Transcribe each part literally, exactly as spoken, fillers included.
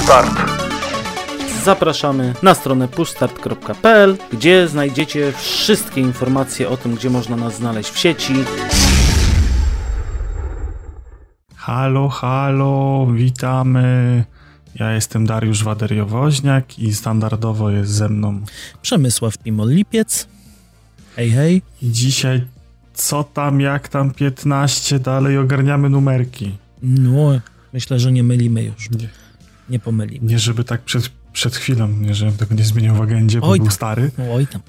Start. Zapraszamy na stronę pushstart kropka p l, gdzie znajdziecie wszystkie informacje o tym, gdzie można nas znaleźć w sieci. Halo, halo, witamy. Ja jestem Dariusz Wader-Jowoźniak i standardowo jest ze mną Przemysław Pimol-Lipiec. Hej, hej. I dzisiaj co tam, jak tam piętnaście, dalej ogarniamy numerki. No, myślę, że nie mylimy już. Nie, nie pomylimy. Nie, żeby tak przed, przed chwilą, nie, żebym tego nie zmienił w agendzie, bo Oj był tam. stary. Oj tam.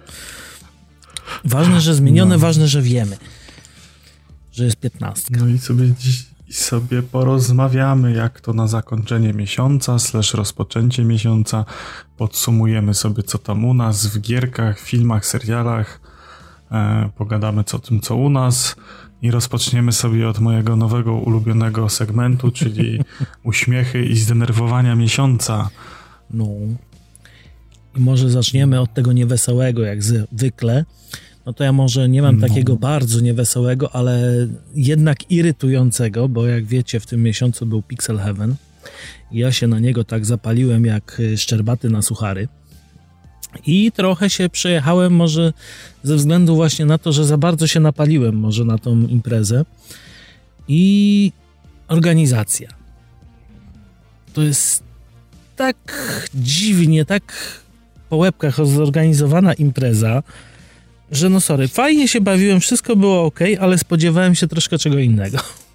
Ważne, że zmienione, no. Ważne, że wiemy, że jest piętnastka. No i sobie dziś i sobie porozmawiamy, jak to na zakończenie miesiąca, slash rozpoczęcie miesiąca. Podsumujemy sobie, co tam u nas w gierkach, filmach, serialach. E, pogadamy co tym, co u nas. I rozpoczniemy sobie od mojego nowego, ulubionego segmentu, czyli uśmiechy i zdenerwowania miesiąca. No. I może zaczniemy od tego niewesołego, jak zwykle. No to ja może nie mam no. takiego bardzo niewesołego, ale jednak irytującego, bo jak wiecie, w tym miesiącu był Pixel Heaven i ja się na niego tak zapaliłem jak szczerbaty na suchary. I trochę się przejechałem może ze względu właśnie na to, że za bardzo się napaliłem może na tą imprezę. I organizacja. To jest tak dziwnie, tak po łebkach zorganizowana impreza, że no sorry, fajnie się bawiłem, wszystko było ok, ale spodziewałem się troszkę czego innego.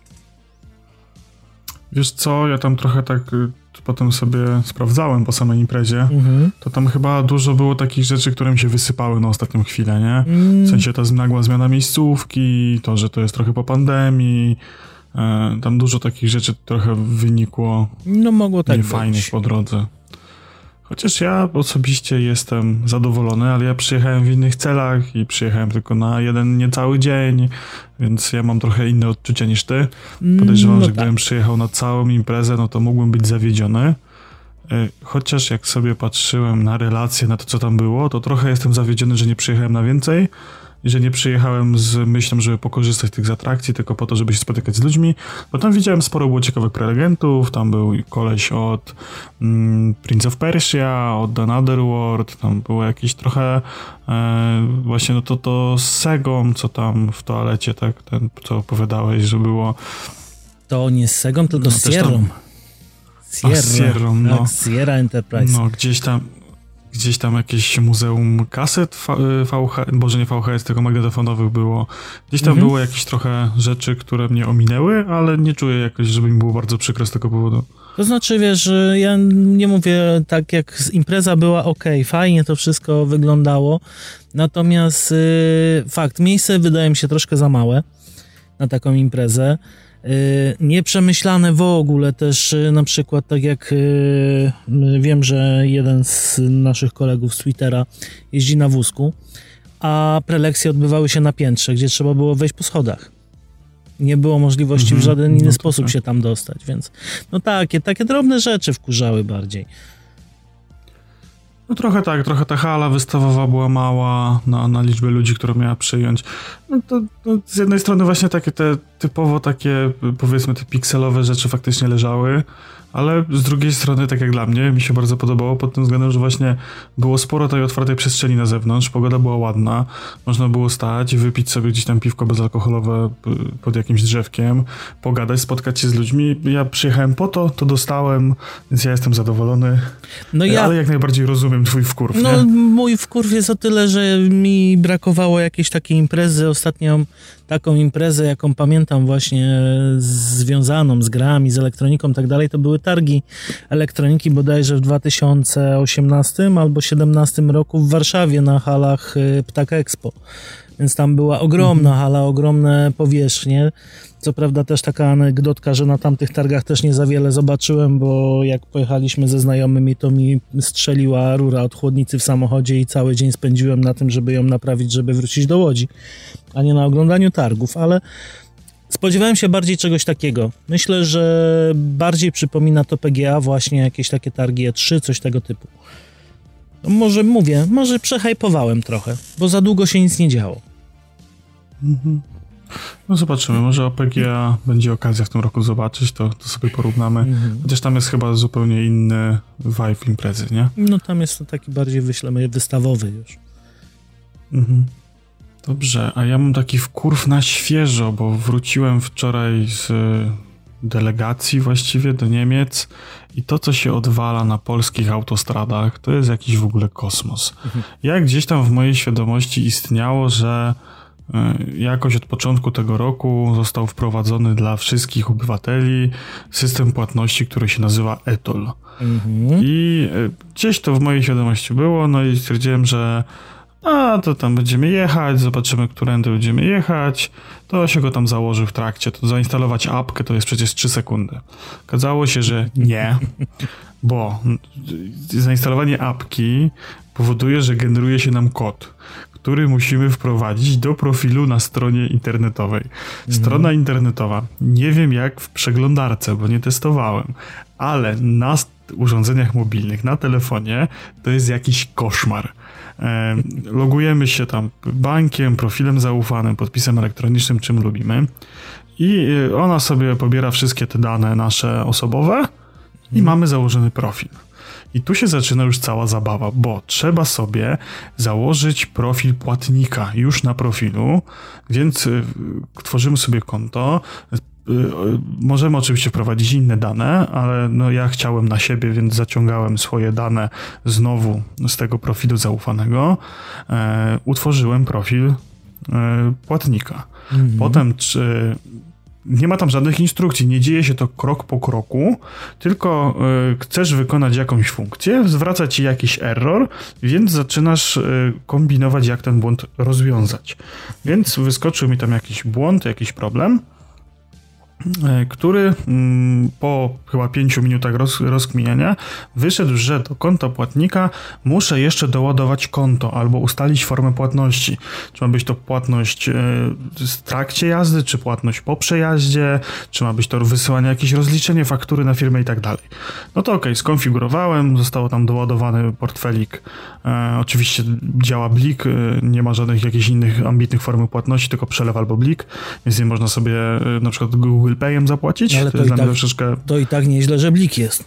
Wiesz co, ja tam trochę tak potem sobie sprawdzałem po samej imprezie, mhm. to tam chyba dużo było takich rzeczy, które mi się wysypały na ostatnią chwilę, nie? Mm. W sensie ta nagła zmiana miejscówki, to, że to jest trochę po pandemii, e, tam dużo takich rzeczy trochę wynikło no mogło tak niefajnych być. Po drodze. Chociaż ja osobiście jestem zadowolony, ale ja przyjechałem w innych celach i przyjechałem tylko na jeden niecały dzień, więc ja mam trochę inne odczucia niż ty. Podejrzewam, no że tak. Gdybym przyjechał na całą imprezę, no to mógłbym być zawiedziony. Chociaż jak sobie patrzyłem na relacje, na to, co tam było, to trochę jestem zawiedziony, że nie przyjechałem na więcej i że nie przyjechałem z myślą, żeby pokorzystać z tych atrakcji, tylko po to, żeby się spotykać z ludźmi, bo tam widziałem sporo było ciekawych prelegentów, tam był koleś od mm, Prince of Persia, od Another World, tam było jakieś trochę e, właśnie no to, to z Segą, co tam w toalecie, tak, ten, co opowiadałeś, że było. To nie z Segą, tylko z no, Sierrą. Sierra, Sierra, no. Tak, Sierra Enterprise. No, gdzieś tam Gdzieś tam jakieś muzeum kaset V H, boże nie V H S, tylko magnetofonowych było. Gdzieś tam mhm. było jakieś trochę rzeczy, które mnie ominęły, ale nie czuję jakoś, żeby mi było bardzo przykro z tego powodu. To znaczy, wiesz, ja nie mówię tak, jak impreza była ok, fajnie to wszystko wyglądało, natomiast yy, fakt, miejsce wydaje mi się troszkę za małe na taką imprezę. Nieprzemyślane w ogóle też, na przykład tak jak wiem, że jeden z naszych kolegów z Twittera jeździ na wózku, a prelekcje odbywały się na piętrze, gdzie trzeba było wejść po schodach. Nie było możliwości mhm, w żaden inny no sposób tak. się tam dostać, więc no takie, takie drobne rzeczy wkurzały bardziej. No trochę tak, trochę ta hala wystawowa była mała na, na liczbę ludzi, którą miała przyjąć. No to, to z jednej strony właśnie takie te typowo takie, powiedzmy, te pikselowe rzeczy faktycznie leżały, ale z drugiej strony, tak jak dla mnie, mi się bardzo podobało pod tym względem, że właśnie było sporo tej otwartej przestrzeni na zewnątrz, pogoda była ładna, można było stać, wypić sobie gdzieś tam piwko bezalkoholowe pod jakimś drzewkiem, pogadać, spotkać się z ludźmi. Ja przyjechałem po to, to dostałem, więc ja jestem zadowolony, no ja... ale jak najbardziej rozumiem twój wkurw, No nie? Mój wkurw jest o tyle, że mi brakowało jakiejś takiej imprezy, ostatnią taką imprezę, jaką pamiętam właśnie związaną z grami, z elektroniką i tak dalej, to były targi elektroniki bodajże w dwa tysiące osiemnastym albo siedemnastym roku w Warszawie na halach Ptak Expo. Więc tam była ogromna mhm. hala, ogromne powierzchnie. Co prawda też taka anegdotka, że na tamtych targach też nie za wiele zobaczyłem, bo jak pojechaliśmy ze znajomymi, to mi strzeliła rura od chłodnicy w samochodzie i cały dzień spędziłem na tym, żeby ją naprawić, żeby wrócić do Łodzi, a nie na oglądaniu targów, ale spodziewałem się bardziej czegoś takiego. Myślę, że bardziej przypomina to P G A, właśnie jakieś takie targi E trzy, coś tego typu. No może mówię, może przehajpowałem trochę, bo za długo się nic nie działo. Mhm. No zobaczymy, może O P G A będzie okazja w tym roku zobaczyć, to, to sobie porównamy. Mhm. Chociaż tam jest chyba zupełnie inny vibe imprezy, nie? No tam jest to taki bardziej, wyślemy, wystawowy już. Mhm. Dobrze, a ja mam taki wkurw na świeżo, bo wróciłem wczoraj z delegacji właściwie do Niemiec i to, co się odwala na polskich autostradach, to jest jakiś w ogóle kosmos. Mhm. Jak gdzieś tam w mojej świadomości istniało, że jakoś od początku tego roku został wprowadzony dla wszystkich obywateli system płatności, który się nazywa e toll. Mhm. I gdzieś to w mojej świadomości było, no i stwierdziłem, że a to tam będziemy jechać, zobaczymy, którędy będziemy jechać, to się go tam założy w trakcie, to zainstalować apkę to jest przecież trzy sekundy. Okazało się, że nie, bo zainstalowanie apki powoduje, że generuje się nam kod, który musimy wprowadzić do profilu na stronie internetowej. Strona mm. internetowa, nie wiem jak w przeglądarce, bo nie testowałem, ale na urządzeniach mobilnych, na telefonie to jest jakiś koszmar. E, logujemy się tam bankiem, profilem zaufanym, podpisem elektronicznym, czym lubimy i ona sobie pobiera wszystkie te dane nasze osobowe i mm. mamy założony profil. I tu się zaczyna już cała zabawa, bo trzeba sobie założyć profil płatnika już na profilu, więc y, tworzymy sobie konto. Y, y, możemy oczywiście wprowadzić inne dane, ale no ja chciałem na siebie, więc zaciągałem swoje dane znowu z tego profilu zaufanego. Y, utworzyłem profil y, płatnika. Mhm. Potem czy nie ma tam żadnych instrukcji, nie dzieje się to krok po kroku, tylko y, chcesz wykonać jakąś funkcję, zwraca ci jakiś error, więc zaczynasz y, kombinować, jak ten błąd rozwiązać. Więc wyskoczył mi tam jakiś błąd, jakiś problem, y, który y, po chyba pięciu minutach roz, rozkminiania wyszedł, że do konta płatnika muszę jeszcze doładować konto albo ustalić formę płatności. Czy ma być to płatność w trakcie jazdy, czy płatność po przejaździe, czy ma być to wysyłanie jakieś rozliczenie, faktury na firmę i tak dalej. No to okej, okay, skonfigurowałem, zostało tam doładowany portfelik. E, oczywiście działa blik, e, nie ma żadnych jakichś innych ambitnych form płatności, tylko przelew albo blik, więc nie można sobie e, na przykład Google Payem zapłacić. Ale to, to jest i dla tak, mnie troszeczkę... to i tak nieźle, że blik jest.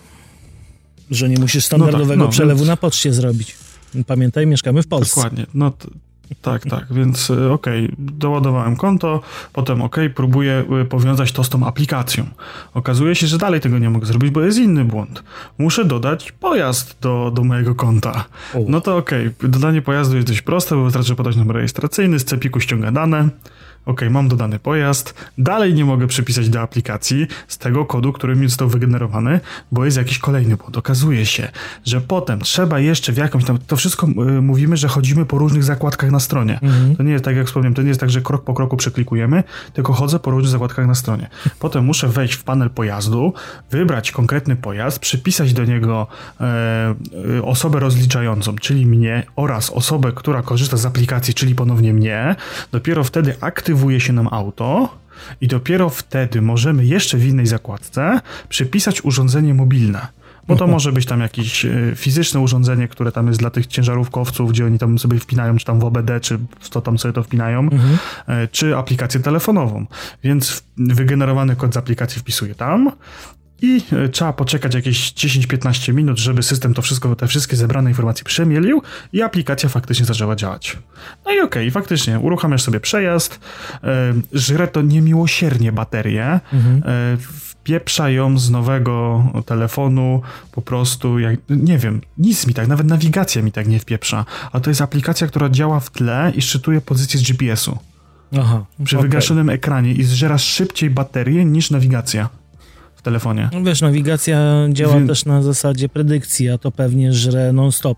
Że nie musisz standardowego no tak, no, przelewu więc... na poczcie zrobić. Pamiętaj, mieszkamy w Polsce. Dokładnie. No to, tak, tak. Więc okej, okay, doładowałem konto, potem okej, okay, próbuję powiązać to z tą aplikacją. Okazuje się, że dalej tego nie mogę zrobić, bo jest inny błąd. Muszę dodać pojazd do, do mojego konta. O. No to okej, okay, dodanie pojazdu jest dość proste, bo wystarczy podać numer rejestracyjny, z cepiku ściąga dane. Ok, mam dodany pojazd, dalej nie mogę przypisać do aplikacji z tego kodu, który mi został wygenerowany, bo jest jakiś kolejny błąd. Okazuje się, że potem trzeba jeszcze w jakąś tam, to wszystko y, mówimy, że chodzimy po różnych zakładkach na stronie. Mhm. To nie jest tak, jak wspomniałem, to nie jest tak, że krok po kroku przeklikujemy, tylko chodzę po różnych zakładkach na stronie. Potem muszę wejść w panel pojazdu, wybrać konkretny pojazd, przypisać do niego e, e, osobę rozliczającą, czyli mnie, oraz osobę, która korzysta z aplikacji, czyli ponownie mnie. Dopiero wtedy aktywuje się nam auto i dopiero wtedy możemy jeszcze w innej zakładce przypisać urządzenie mobilne. Bo to może być tam jakieś fizyczne urządzenie, które tam jest dla tych ciężarówkowców, gdzie oni tam sobie wpinają, czy tam w O B D, czy w co tam sobie to wpinają, mhm. czy aplikację telefonową. Więc wygenerowany kod z aplikacji wpisuję tam i trzeba poczekać jakieś dziesięć piętnaście minut, żeby system to wszystko, te wszystkie zebrane informacje przemielił i aplikacja faktycznie zaczęła działać. No i okej, okay, faktycznie uruchamiasz sobie przejazd, yy, żre to niemiłosiernie baterię, mhm. yy, wpieprza ją z nowego telefonu, po prostu, jak, nie wiem, nic mi tak, nawet nawigacja mi tak nie wpieprza, a to jest aplikacja, która działa w tle i szczytuje pozycję z G P S u. Aha, przy okay. wygaszonym ekranie i zżera szybciej baterię niż nawigacja w telefonie. No wiesz, nawigacja działa Wie... też na zasadzie predykcji, a to pewnie żre non-stop.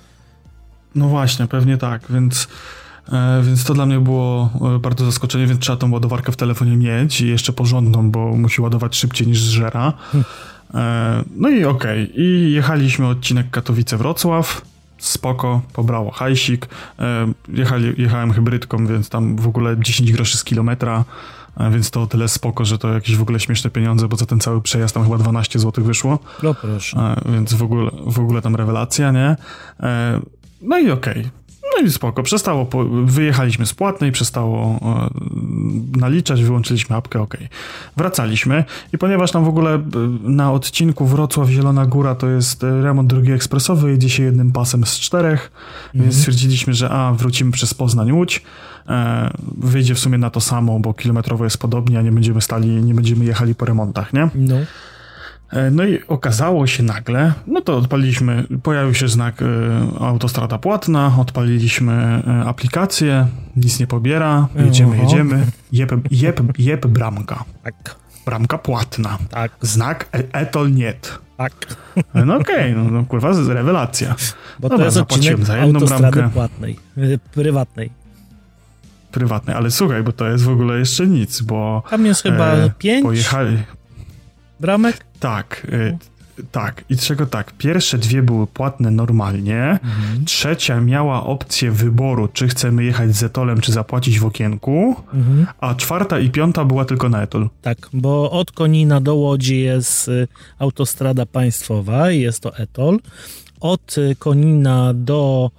No właśnie, pewnie tak, więc, e, więc to dla mnie było bardzo zaskoczenie, więc trzeba tą ładowarkę w telefonie mieć i jeszcze porządną, bo musi ładować szybciej niż zżera. E, no i okej, okay. I jechaliśmy odcinek Katowice-Wrocław, spoko, pobrało hajsik, e, jechali, jechałem hybrydką, więc tam w ogóle dziesięć groszy z kilometra, więc to o tyle spoko, że to jakieś w ogóle śmieszne pieniądze, bo za ten cały przejazd tam chyba dwanaście złotych wyszło. No proszę. Więc w ogóle, w ogóle tam rewelacja, nie? No i okej. Okay. No i spoko, przestało, po, wyjechaliśmy z Płatnej, przestało e, naliczać, wyłączyliśmy apkę, okej. Okay. Wracaliśmy i ponieważ tam w ogóle e, na odcinku Wrocław-Zielona Góra to jest e, remont drogi ekspresowej, jedzie się jednym pasem z czterech, mhm. więc stwierdziliśmy, że a, wrócimy przez Poznań-Łódź, e, wyjdzie w sumie na to samo, bo kilometrowo jest podobnie, a nie będziemy stali, nie będziemy jechali po remontach, nie? No. No i okazało się nagle, no to odpaliliśmy, pojawił się znak y, autostrada płatna, odpaliliśmy y, aplikację, nic nie pobiera, jedziemy, Oho. jedziemy, jeb, jeb, jeb bramka. Tak. Bramka płatna. Tak. Znak e- etol niet. Tak. No okej, okay, no, no kurwa, rewelacja. Bo Dobra, to jest odcinek za jedną autostrady bramkę płatnej, y, prywatnej. Prywatnej, ale słuchaj, bo to jest w ogóle jeszcze nic, bo... Tam jest chyba e, pięć pojechali... bramek? Tak, y, tak. I czego tak, pierwsze dwie były płatne normalnie, Mhm. trzecia miała opcję wyboru, czy chcemy jechać z etolem, czy zapłacić w okienku, Mhm. a czwarta i piąta była tylko na etol. Tak, bo od Konina do Łodzi jest y, autostrada państwowa i jest to etol. Od y, Konina do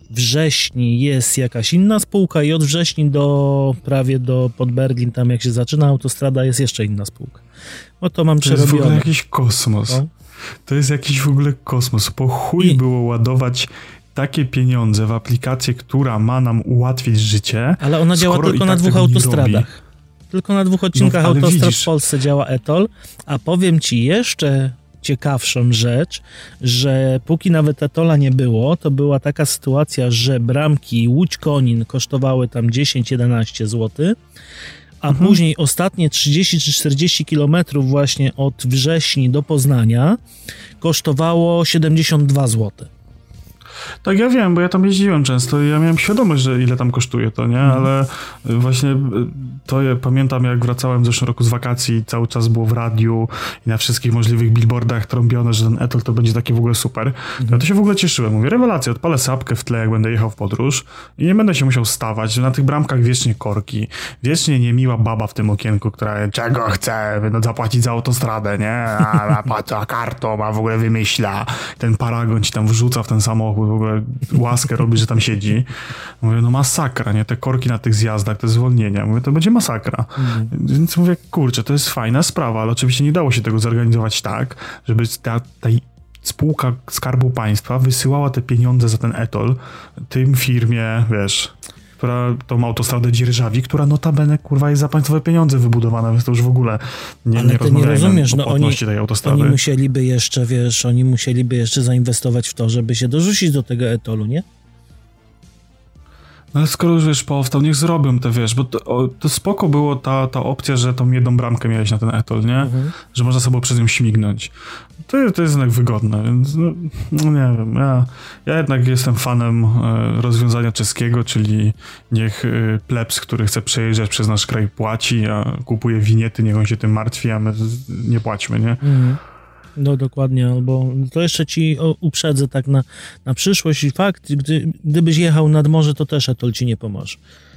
Wrześni jest jakaś inna spółka i od Wrześni do prawie do pod Berlin, tam jak się zaczyna autostrada, jest jeszcze inna spółka. No to mam To jest w przerobione. ogóle jakiś kosmos. No. To jest jakiś w ogóle kosmos. Po chuj I- było ładować takie pieniądze w aplikację, która ma nam ułatwić życie. Ale ona działa skoro tylko i na tak dwóch tego nie autostradach. robi. Tylko na dwóch odcinkach No, ale autostrad widzisz. w Polsce działa etol, a powiem ci jeszcze ciekawszą rzecz, że póki nawet etola nie było, to była taka sytuacja, że bramki Łódź-Konin kosztowały tam dziesięć jedenaście złotych, a Mhm. później ostatnie trzydzieści czy czterdzieści kilometrów właśnie od Wrześni do Poznania kosztowało siedemdziesiąt dwa złote. Tak, ja wiem, bo ja tam jeździłem często i ja miałem świadomość, że ile tam kosztuje to, nie? Mhm. Ale właśnie to ja pamiętam, jak wracałem w zeszłym roku z wakacji i cały czas było w radiu i na wszystkich możliwych billboardach trąbiono, że ten etol to będzie taki w ogóle super. To ja to się w ogóle cieszyłem. Mówię, rewelacja, odpalę sapkę w tle, jak będę jechał w podróż i nie będę się musiał stawać. Na tych bramkach wiecznie korki, wiecznie niemiła baba w tym okienku, która czego chce, no zapłacić za autostradę, nie? A, a, a kartą, a w ogóle wymyśla. Ten paragon ci tam wrzuca w ten samochód, w ogóle łaskę robi, że tam siedzi. Mówię, no masakra, nie? Te korki na tych zjazdach, te zwolnienia. Mówię, to będzie masakra. Mhm. Więc mówię, kurczę, to jest fajna sprawa, ale oczywiście nie dało się tego zorganizować tak, żeby ta, ta spółka Skarbu Państwa wysyłała te pieniądze za ten etol tym firmie, wiesz, która tą autostradę dzierżawi, która notabene, kurwa, jest za państwowe pieniądze wybudowana, więc to już w ogóle nie, Ale nie ty nie rozumiesz, o no oni, płatności tej autostrady. oni musieliby jeszcze, wiesz, oni musieliby jeszcze zainwestować w to, żeby się dorzucić do tego etolu, nie? No ale skoro już, wiesz, powstał, niech zrobią te, wiesz, bo to, o, to spoko było ta, ta opcja, że tą jedną bramkę miałeś na ten etol, nie? Mhm. Że można sobie przez nią śmignąć. To, to jest jednak wygodne, więc no, no nie wiem, ja, ja jednak jestem fanem e, rozwiązania czeskiego, czyli niech e, plebs, który chce przejeżdżać przez nasz kraj, płaci, a kupuje winiety, niech on się tym martwi, a my z, nie płaćmy, nie? Mhm. No dokładnie, albo to jeszcze ci o, uprzedzę tak na, na przyszłość i fakt, gdy, gdybyś jechał nad morze, to też etol ci nie pomoże.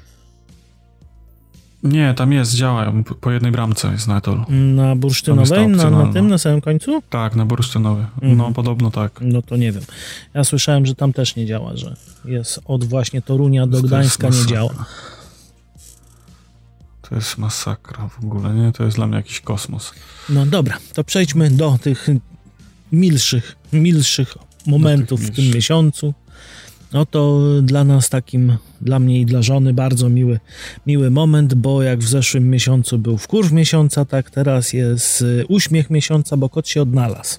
Nie, tam jest, działają, po jednej bramce jest na etol. Na bursztynowej, na, na tym, na samym końcu? Tak, na bursztynowej, Mhm. no podobno tak. No to nie wiem. Ja słyszałem, że tam też nie działa, że jest od właśnie Torunia do To Gdańska jest nie masakra. działa. To jest masakra w ogóle, nie? To jest dla mnie jakiś kosmos. No dobra, to przejdźmy do tych milszych, milszych momentów tych w tym milszych. miesiącu. No to dla nas takim, dla mnie i dla żony bardzo miły, miły moment, bo jak w zeszłym miesiącu był wkurw miesiąca, tak teraz jest y, uśmiech miesiąca, bo kot się odnalazł.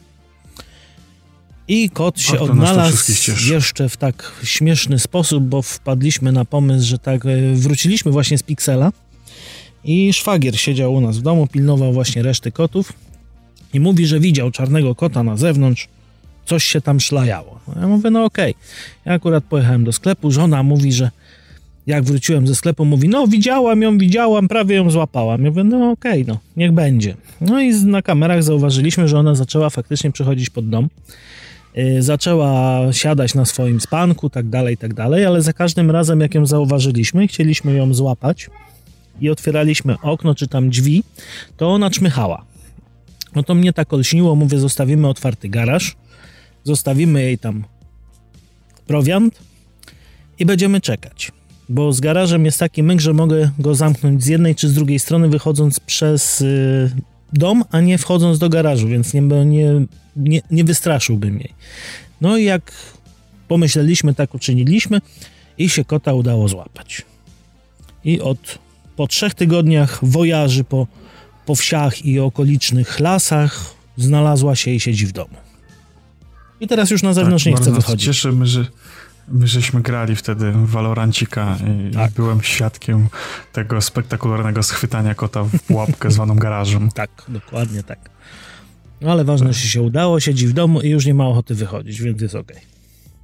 I kot się Ach, to nas to odnalazł wszystkich cieszy. jeszcze w tak śmieszny sposób, bo wpadliśmy na pomysł, że tak y, wróciliśmy właśnie z Pixela i szwagier siedział u nas w domu, pilnował właśnie reszty kotów i mówi, że widział czarnego kota na zewnątrz, coś się tam szlajało. No ja mówię, no okej. Ja akurat pojechałem do sklepu, żona mówi, że jak wróciłem ze sklepu, mówi, no widziałam ją, widziałam, prawie ją złapałam. Ja mówię, no okej, no niech będzie. No i na kamerach zauważyliśmy, że ona zaczęła faktycznie przychodzić pod dom. Yy, zaczęła siadać na swoim spanku, tak dalej, tak dalej, ale za każdym razem, jak ją zauważyliśmy, chcieliśmy ją złapać i otwieraliśmy okno czy tam drzwi, to ona czmychała. No to mnie tak olśniło, mówię, zostawimy otwarty garaż, zostawimy jej tam prowiant i będziemy czekać. Bo z garażem jest taki myk, że mogę go zamknąć z jednej czy z drugiej strony, wychodząc przez y, dom, a nie wchodząc do garażu, więc nie, nie, nie, nie wystraszyłbym jej. No i jak pomyśleliśmy, tak uczyniliśmy i się kota udało złapać. I od po trzech tygodniach wojaży po, po wsiach i okolicznych lasach znalazła się i siedzi w domu. I teraz już na zewnątrz tak, nie chce wychodzić. Cieszymy, że my żeśmy grali wtedy w Valorancika i tak. byłem świadkiem tego spektakularnego schwytania kota w pułapkę zwaną garażem. Tak, dokładnie tak. No ale ważne, tak. że się udało, siedzi w domu i już nie ma ochoty wychodzić, więc jest okej. Okay.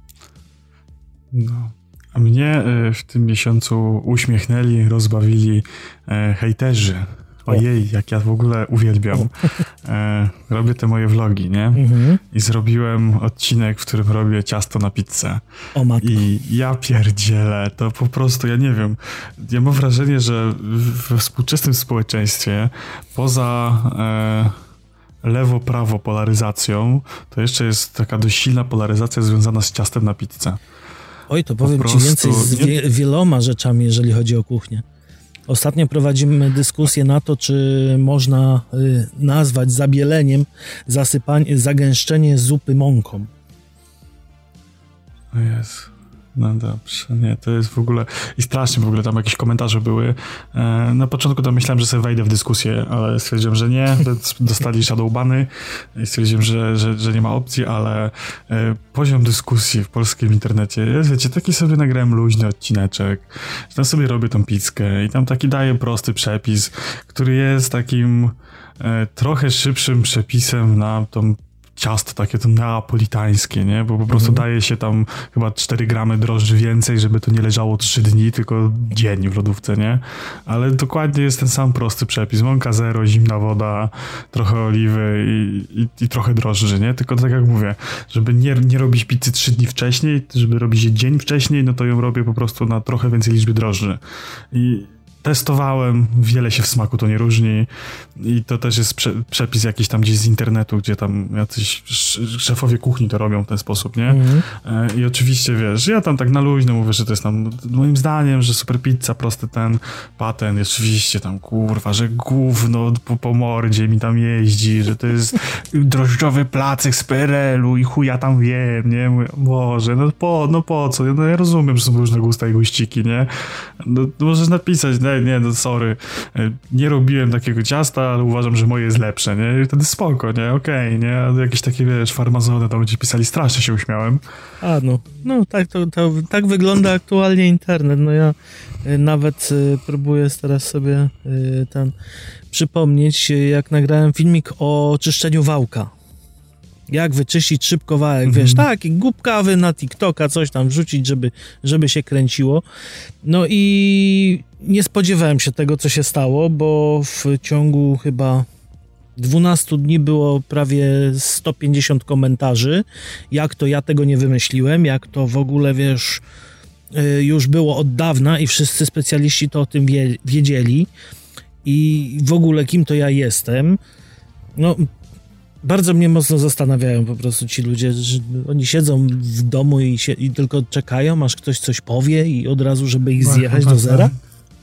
No. A mnie w tym miesiącu uśmiechnęli, rozbawili e, hejterzy. Ojej, jak ja w ogóle uwielbiam. E, robię te moje vlogi, nie? Mhm. I zrobiłem odcinek, w którym robię ciasto na pizzę. O matko. I ja pierdzielę, to po prostu, ja nie wiem. Ja mam wrażenie, że we współczesnym społeczeństwie poza e, lewo-prawo polaryzacją, to jeszcze jest taka dość silna polaryzacja związana z ciastem na pizzę. Oj, to powiem ci więcej z wie, wieloma rzeczami, jeżeli chodzi o kuchnię. Ostatnio prowadzimy dyskusję na to, czy można y, nazwać zabieleniem zasypanie, zagęszczenie zupy mąką. O Jezu. No dobrze, nie, to jest w ogóle... I strasznie w ogóle tam jakieś komentarze były. E, na początku to myślałem, że sobie wejdę w dyskusję, ale stwierdziłem, że nie. Dostali shadowbany i stwierdziłem, że, że, że nie ma opcji, ale e, poziom dyskusji w polskim internecie jest, wiecie, taki sobie nagrałem luźny odcineczek, że tam sobie robię tą pizzkę i tam taki daję prosty przepis, który jest takim e, trochę szybszym przepisem na tą ciasto takie to neapolitańskie, nie? Bo po prostu mhm. daje się tam chyba cztery gramy drożdży więcej, żeby to nie leżało trzy dni, tylko dzień w lodówce, nie? Ale dokładnie jest ten sam prosty przepis. Mąka zero, zimna woda, trochę oliwy i, i, i trochę drożdży, nie? Tylko tak jak mówię, żeby nie, nie robić pizzy trzy dni wcześniej, żeby robić je dzień wcześniej, no to ją robię po prostu na trochę więcej liczby drożdży. I testowałem, wiele się w smaku to nie różni i to też jest prze, przepis jakiś tam gdzieś z internetu, gdzie tam jacyś szefowie kuchni to robią w ten sposób, nie? Mm. I oczywiście, wiesz, ja tam tak na luźno mówię, że to jest tam moim zdaniem, że super pizza, prosty ten patent, i oczywiście tam kurwa, że gówno po, po mordzie mi tam jeździ, że to jest drożdżowy placek z P R L u i chuja tam wiem, nie? Mówię, Boże, no po, no po co? No ja rozumiem, że są różne gusta i guściki, nie? No, możesz napisać, nie, nie, no sorry, nie robiłem takiego ciasta, ale uważam, że moje jest lepsze, nie? I wtedy spoko, nie? Okej, okay, nie? A jakieś takie, wiesz, farmazony tam ludzie pisali, strasznie się uśmiałem. A, no, no tak, to, to, tak wygląda aktualnie internet, no ja y, nawet y, próbuję teraz sobie y, ten przypomnieć, y, jak nagrałem filmik o czyszczeniu wałka. Jak wyczyścić szybko wałek, mm-hmm. wiesz, tak, i głupkawy na TikToka, coś tam wrzucić, żeby, żeby się kręciło. No i nie spodziewałem się tego, co się stało, bo w ciągu chyba dwunastu dni było prawie sto pięćdziesiąt komentarzy, jak to ja tego nie wymyśliłem, jak to w ogóle, wiesz, już było od dawna i wszyscy specjaliści to o tym wie, wiedzieli i w ogóle kim to ja jestem. No, bardzo mnie mocno zastanawiają po prostu ci ludzie, że oni siedzą w domu i, się, i tylko czekają, aż ktoś coś powie i od razu, żeby ich zjechać do zera.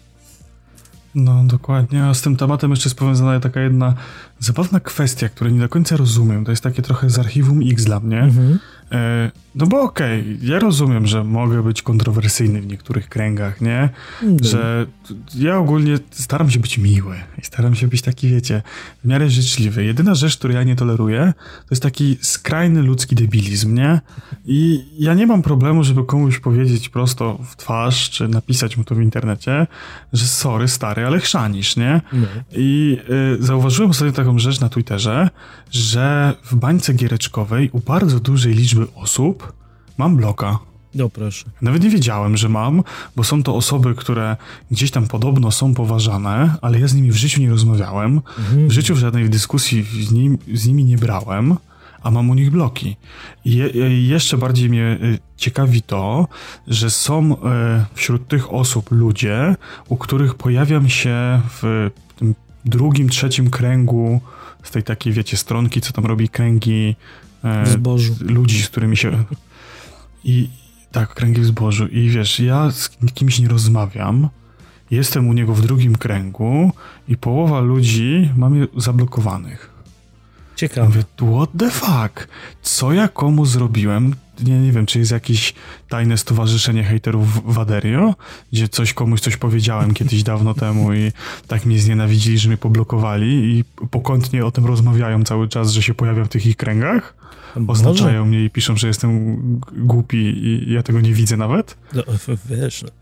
No, dokładnie. A z tym tematem jeszcze jest powiązana taka jedna zabawna kwestia, której nie do końca rozumiem. To jest takie trochę z archiwum X dla mnie. Mhm. E, no bo okej, okay, ja rozumiem, że mogę być kontrowersyjny w niektórych kręgach, nie? Mhm. Że ja ogólnie staram się być miły i staram się być taki, wiecie, w miarę życzliwy. Jedyna rzecz, której ja nie toleruję, to jest taki skrajny ludzki debilizm, nie? I ja nie mam problemu, żeby komuś powiedzieć prosto w twarz, czy napisać mu to w internecie, że sorry, stary, ale chrzanisz, nie? Mhm. I y, zauważyłem ostatnio taką rzecz na Twitterze, że w bańce giereczkowej u bardzo dużej liczby osób mam bloka. No proszę. Nawet nie wiedziałem, że mam, bo są to osoby, które gdzieś tam podobno są poważane, ale ja z nimi w życiu nie rozmawiałem. Mhm. W życiu w żadnej dyskusji z, nim, z nimi nie brałem, a mam u nich bloki. I je, jeszcze bardziej mnie ciekawi to, że są wśród tych osób ludzie, u których pojawiam się w tym drugim, trzecim kręgu z tej takiej, wiecie, stronki, co tam robi kręgi e, ludzi, z którymi się... I Tak, kręgi w zbożu. I wiesz, ja z kimś nie rozmawiam, jestem u niego w drugim kręgu i połowa ludzi ma mnie zablokowanych. Ciekawe. Mówię, what the fuck? Co ja komu zrobiłem? Nie, nie wiem, czy jest jakieś tajne stowarzyszenie hejterów Waderio, gdzie coś komuś coś powiedziałem kiedyś dawno temu i tak mnie znienawidzili, że mnie poblokowali i pokątnie o tym rozmawiają cały czas, że się pojawiam w tych ich kręgach. Oznaczają mnie i piszą, że jestem głupi i ja tego nie widzę nawet. No, wiesz, no.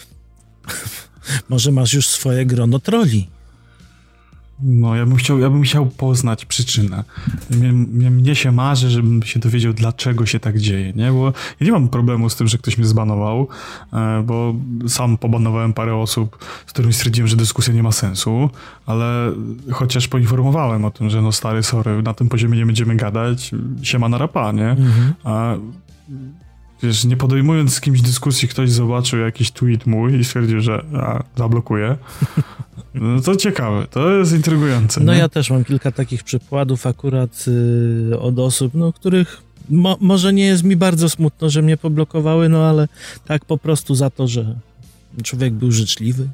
Może masz już swoje grono troli. No, ja bym chciał, ja bym chciał poznać przyczynę. Mnie, mnie, mnie się marzy, żebym się dowiedział, dlaczego się tak dzieje, nie? Bo ja nie mam problemu z tym, że ktoś mnie zbanował, bo sam pobanowałem parę osób, z którymi stwierdziłem, że dyskusja nie ma sensu, ale chociaż poinformowałem o tym, że no stary, sorry, na tym poziomie nie będziemy gadać, siema na rapa, nie? Mhm. A wiesz, nie podejmując z kimś dyskusji, ktoś zobaczył jakiś tweet mój i stwierdził, że a, zablokuje. No to ciekawe, to jest intrygujące. No nie? ja też mam kilka takich przykładów akurat yy, od osób, no których mo- może nie jest mi bardzo smutno, że mnie poblokowały, no ale tak po prostu za to, że człowiek był życzliwy.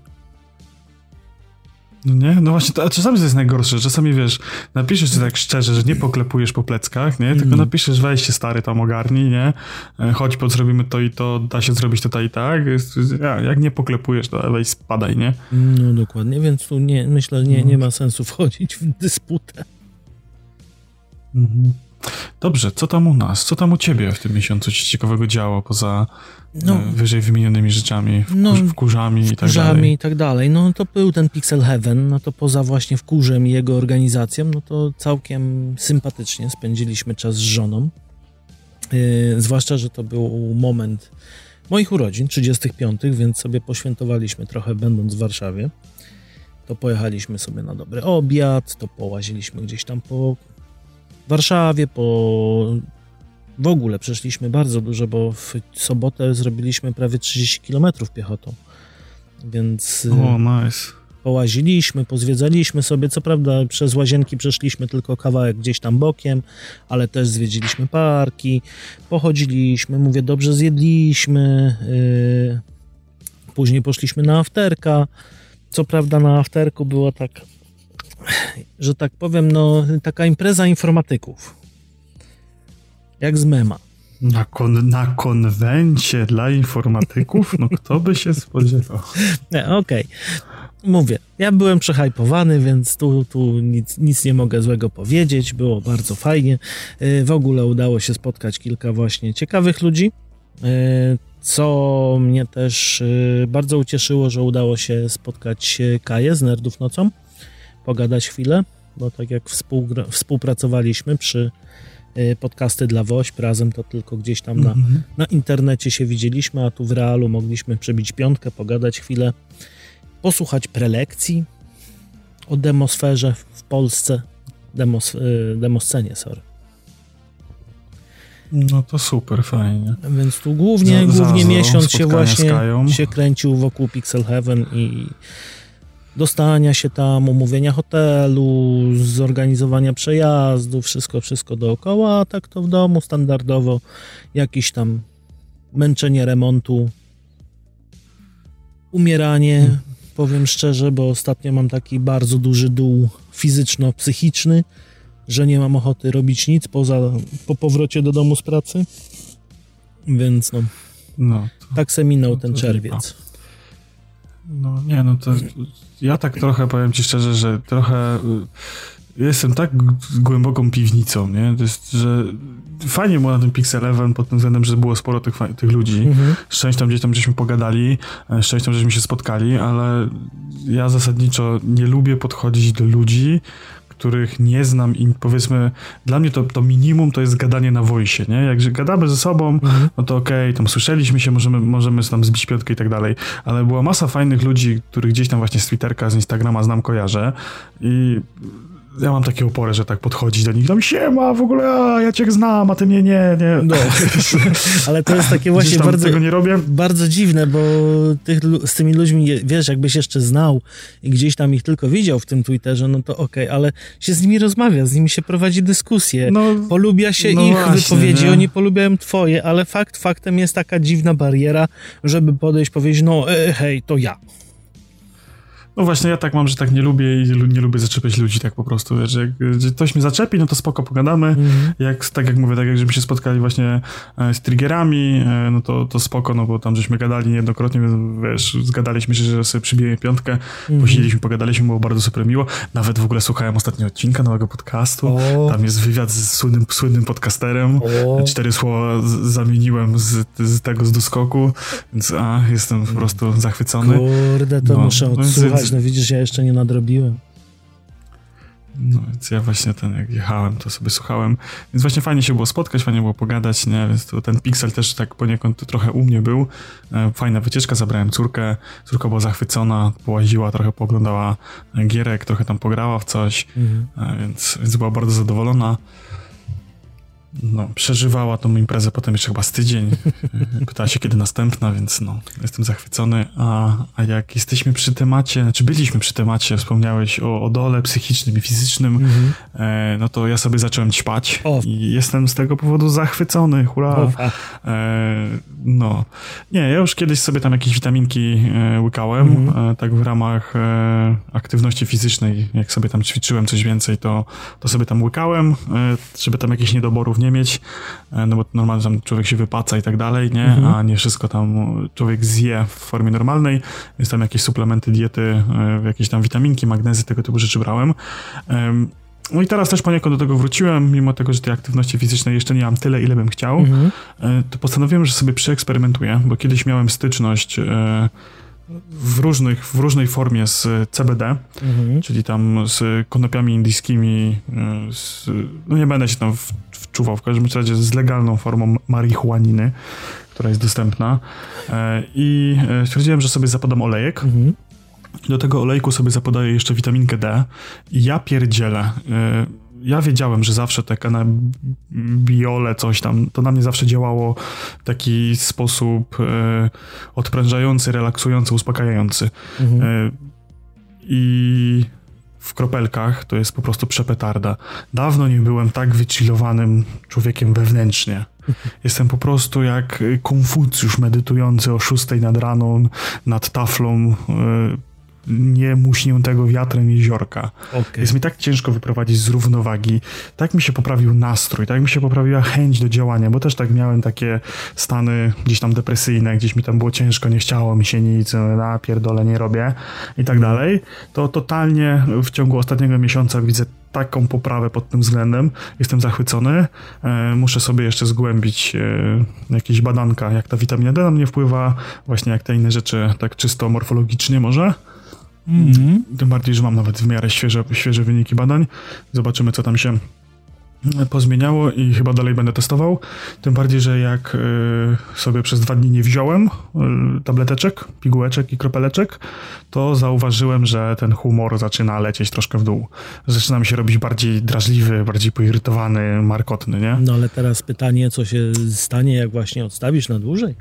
No nie? No właśnie, to, a czasami to jest najgorsze, czasami wiesz, napiszesz tak szczerze, że nie poklepujesz po pleckach, nie? Tylko mm. napiszesz, weź się stary tam ogarnij, nie? Chodź, zrobimy to i to, da się zrobić to i tak. Ja, jak nie poklepujesz, to weź spadaj, nie? No dokładnie, więc tu nie, myślę, nie, nie ma sensu wchodzić w dysputę. Mhm. Dobrze, co tam u nas? Co tam u ciebie w tym miesiącu ci ciekawego działo, poza no, e, wyżej wymienionymi rzeczami, wkurz, no, wkurzami i tak wkurzami dalej? i tak dalej. No to był ten Pixel Heaven, no to poza właśnie wkurzem i jego organizacją, no to całkiem sympatycznie spędziliśmy czas z żoną. Yy, zwłaszcza, że to był moment moich urodzin, trzydziestych piątych, więc sobie poświętowaliśmy trochę, będąc w Warszawie. To pojechaliśmy sobie na dobry obiad, to połaziliśmy gdzieś tam po Warszawie, po... w ogóle przeszliśmy bardzo dużo, bo w sobotę zrobiliśmy prawie trzydzieści kilometrów piechotą, więc o, nice. Połaziliśmy, pozwiedzaliśmy sobie, co prawda przez łazienki przeszliśmy tylko kawałek gdzieś tam bokiem, ale też zwiedziliśmy parki, pochodziliśmy, mówię, dobrze zjedliśmy, yy... później poszliśmy na afterka, co prawda na afterku było tak, że tak powiem, no taka impreza informatyków. Jak z mema. Na, kon- na konwencie dla informatyków? No kto by się spodziewał? Nie, okej. Okay. Mówię, ja byłem przehajpowany, więc tu, tu nic, nic nie mogę złego powiedzieć. Było bardzo fajnie. W ogóle udało się spotkać kilka właśnie ciekawych ludzi, co mnie też bardzo ucieszyło, że udało się spotkać Kaję z Nerdów Nocą, pogadać chwilę, bo tak jak współgra- współpracowaliśmy przy podcasty dla Wośp, razem to tylko gdzieś tam na, mm-hmm. na internecie się widzieliśmy, a tu w realu mogliśmy przebić piątkę, pogadać chwilę, posłuchać prelekcji o demosferze w Polsce, demos, demoscenie, sorry. No to super, fajnie. Więc tu głównie, za, głównie za, miesiąc się właśnie z się kręcił wokół Pixel Heaven i dostania się tam, umówienia hotelu, zorganizowania przejazdu, wszystko, wszystko dookoła, a tak to w domu standardowo jakieś tam męczenie remontu, umieranie, hmm. powiem szczerze, bo ostatnio mam taki bardzo duży dół fizyczno-psychiczny, że nie mam ochoty robić nic poza po powrocie do domu z pracy, więc no, no to, tak se minął ten czerwiec. No nie, no to ja tak trochę, powiem ci szczerze, że trochę jestem tak głęboką piwnicą, nie? To jest, że fajnie było na tym Pixel Heaven pod tym względem, że było sporo tych, tych ludzi. Mhm. Szczęściem gdzieś tam żeśmy pogadali, szczęściem żeśmy się spotkali, ale ja zasadniczo nie lubię podchodzić do ludzi, których nie znam i powiedzmy, dla mnie to, to minimum to jest gadanie na voice, nie? Jak gadamy ze sobą, mhm. no to okej, okay, tam słyszeliśmy się, możemy, możemy tam zbić piątkę i tak dalej, ale była masa fajnych ludzi, których gdzieś tam właśnie z Twitterka, z Instagrama znam, kojarzę i ja mam takie upory, że tak podchodzić do nich, tam siema, w ogóle, a, ja cię znam, a ty mnie nie, nie. No, ale to jest takie właśnie bardzo, tego nie robię. bardzo dziwne, bo tych, z tymi ludźmi, wiesz, jakbyś jeszcze znał i gdzieś tam ich tylko widział w tym Twitterze, no to okej, okay, ale się z nimi rozmawia, z nimi się prowadzi dyskusję, no, polubia się no ich właśnie, wypowiedzi, nie? Oni polubiają twoje, ale fakt faktem jest taka dziwna bariera, żeby podejść, powiedzieć, no e, hej, to ja. No właśnie, ja tak mam, że tak nie lubię i nie lubię zaczepiać ludzi tak po prostu, wiesz, jak ktoś mnie zaczepi, no to spoko, pogadamy, mm-hmm. jak, tak jak mówię, tak jak żeśmy się spotkali właśnie z triggerami, no to, to spoko, no bo tam żeśmy gadali niejednokrotnie, wiesz, zgadaliśmy się, że sobie przybijemy piątkę, mm-hmm. posiedzieliśmy, pogadaliśmy, było bardzo super miło, nawet w ogóle słuchałem ostatniego odcinka nowego podcastu, o. Tam jest wywiad z słynnym, słynnym podcasterem, o. cztery słowa z, zamieniłem z, z tego z doskoku, więc a, jestem po prostu zachwycony. Kurde, to no, muszę odsłuchać. No widzisz, ja jeszcze nie nadrobiłem. No więc ja właśnie ten, jak jechałem, to sobie słuchałem. Więc właśnie fajnie się było spotkać, fajnie było pogadać, nie? Więc to, ten Pixel też tak poniekąd trochę u mnie był. Fajna wycieczka, zabrałem córkę. Córka była zachwycona, połaziła, trochę pooglądała gierek, trochę tam pograła w coś, mhm. więc, więc była bardzo zadowolona. No, przeżywała tą imprezę potem jeszcze chyba z tydzień. Pytała się, kiedy następna, więc no, jestem zachwycony. A, a jak jesteśmy przy temacie, znaczy byliśmy przy temacie, wspomniałeś o, o dole psychicznym i fizycznym, mm-hmm. e, no to ja sobie zacząłem ćpać o. i jestem z tego powodu zachwycony, hurra. E, no, nie, ja już kiedyś sobie tam jakieś witaminki e, łykałem, mm-hmm. e, tak w ramach e, aktywności fizycznej, jak sobie tam ćwiczyłem coś więcej, to, to sobie tam łykałem, e, żeby tam jakichś niedoborów nie mieć, no bo normalnie tam człowiek się wypaca i tak dalej, nie? Mhm. A nie wszystko tam człowiek zje w formie normalnej, więc tam jakieś suplementy diety, jakieś tam witaminki, magnezy, tego typu rzeczy brałem. No i teraz też poniekąd do tego wróciłem, mimo tego, że tej aktywności fizycznej jeszcze nie mam tyle, ile bym chciał, mhm. to postanowiłem, że sobie przeeksperymentuję, bo kiedyś miałem styczność w, różnych, w różnej formie z C B D, mhm. czyli tam z konopiami indyjskimi, z, no nie będę się tam w, wczuwał, w każdym razie z legalną formą marihuaniny, która jest dostępna i stwierdziłem, że sobie zapadam olejek. Mhm. Do tego olejku sobie zapadaję jeszcze witaminkę D i ja pierdzielę. Ja wiedziałem, że zawsze te cannabiole, coś tam, to na mnie zawsze działało w taki sposób e, odprężający, relaksujący, uspokajający. Mhm. E, I w kropelkach to jest po prostu przepetarda. Dawno nie byłem tak wychillowanym człowiekiem wewnętrznie. Jestem po prostu jak Konfucjusz medytujący o szóstej nad raną nad taflą e, niemuśniętego wiatrem jeziorka. Okay. Jest mi tak ciężko wyprowadzić z równowagi. Tak mi się poprawił nastrój, tak mi się poprawiła chęć do działania, bo też tak miałem takie stany gdzieś tam depresyjne, gdzieś mi tam było ciężko, nie chciało mi się nic, na pierdolę nie robię i tak dalej. To totalnie w ciągu ostatniego miesiąca widzę taką poprawę pod tym względem. Jestem zachwycony. E, muszę sobie jeszcze zgłębić e, jakieś badanka, jak ta witamina D na mnie wpływa, właśnie jak te inne rzeczy, tak czysto morfologicznie może. Mm-hmm. Tym bardziej, że mam nawet w miarę świeże, świeże wyniki badań. Zobaczymy, co tam się pozmieniało i chyba dalej będę testował. Tym bardziej, że jak y, sobie przez dwa dni nie wziąłem y, tableteczek, pigułeczek i kropeleczek, to zauważyłem, że ten humor zaczyna lecieć troszkę w dół. Zaczyna mi się robić bardziej drażliwy, bardziej poirytowany, markotny, nie? No ale teraz pytanie, co się stanie, jak właśnie odstawisz na dłużej?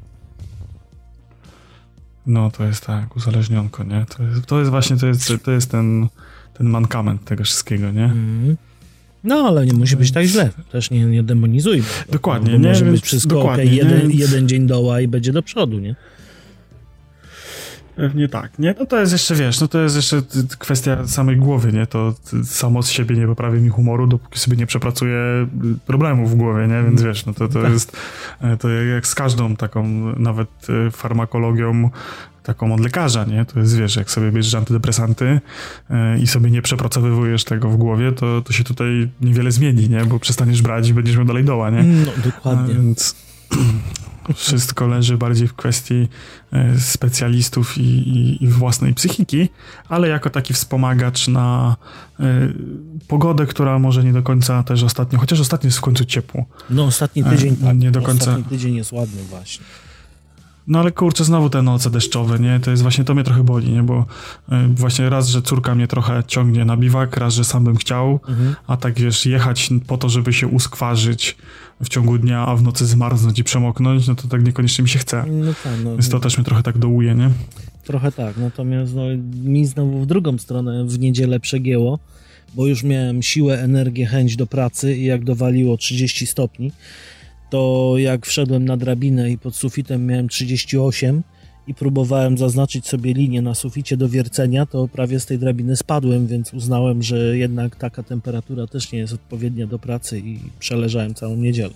No to jest tak, uzależnionko, nie? To jest, to jest właśnie, to jest, to jest ten, ten mankament tego wszystkiego, nie? Mm. No, ale nie musi być tak źle. Też nie, nie demonizujmy. Dokładnie, bo nie? Może być wszystko okej, okay, jeden, jeden dzień doła i będzie do przodu, nie? Pewnie tak, nie? No to jest jeszcze, wiesz, no to jest jeszcze kwestia samej głowy, nie? To samo z siebie nie poprawi mi humoru, dopóki sobie nie przepracuję problemów w głowie, nie? Więc wiesz, no to, to jest to jak z każdą taką nawet farmakologią taką od lekarza, nie? To jest, wiesz, jak sobie bierzesz antydepresanty i sobie nie przepracowywujesz tego w głowie, to, to się tutaj niewiele zmieni, nie? Bo przestaniesz brać i będziesz miał dalej doła, nie? No, dokładnie. A więc wszystko leży bardziej w kwestii specjalistów i, i, i własnej psychiki, ale jako taki wspomagacz na y, pogodę, która może nie do końca też ostatnio, chociaż ostatnio jest w końcu ciepło. No ostatni tydzień tak, nie do końca. Ostatni tydzień jest ładny właśnie. No ale kurczę, znowu te noce deszczowe, nie? To jest właśnie, to mnie trochę boli, nie? Bo y, właśnie raz, że córka mnie trochę ciągnie na biwak, raz, że sam bym chciał, mhm. a tak wiesz, jechać po to, żeby się uskwarzyć w ciągu dnia, a w nocy zmarznąć i przemoknąć, no to tak niekoniecznie mi się chce. No tak, no, Więc to też mnie trochę tak dołuje, nie? Trochę tak, natomiast no, mi znowu w drugą stronę w niedzielę przegięło, bo już miałem siłę, energię, chęć do pracy i jak dowaliło trzydzieści stopni, to jak wszedłem na drabinę i pod sufitem miałem trzydzieści osiem i próbowałem zaznaczyć sobie linię na suficie do wiercenia, to prawie z tej drabiny spadłem, więc uznałem, że jednak taka temperatura też nie jest odpowiednia do pracy i przeleżałem całą niedzielę.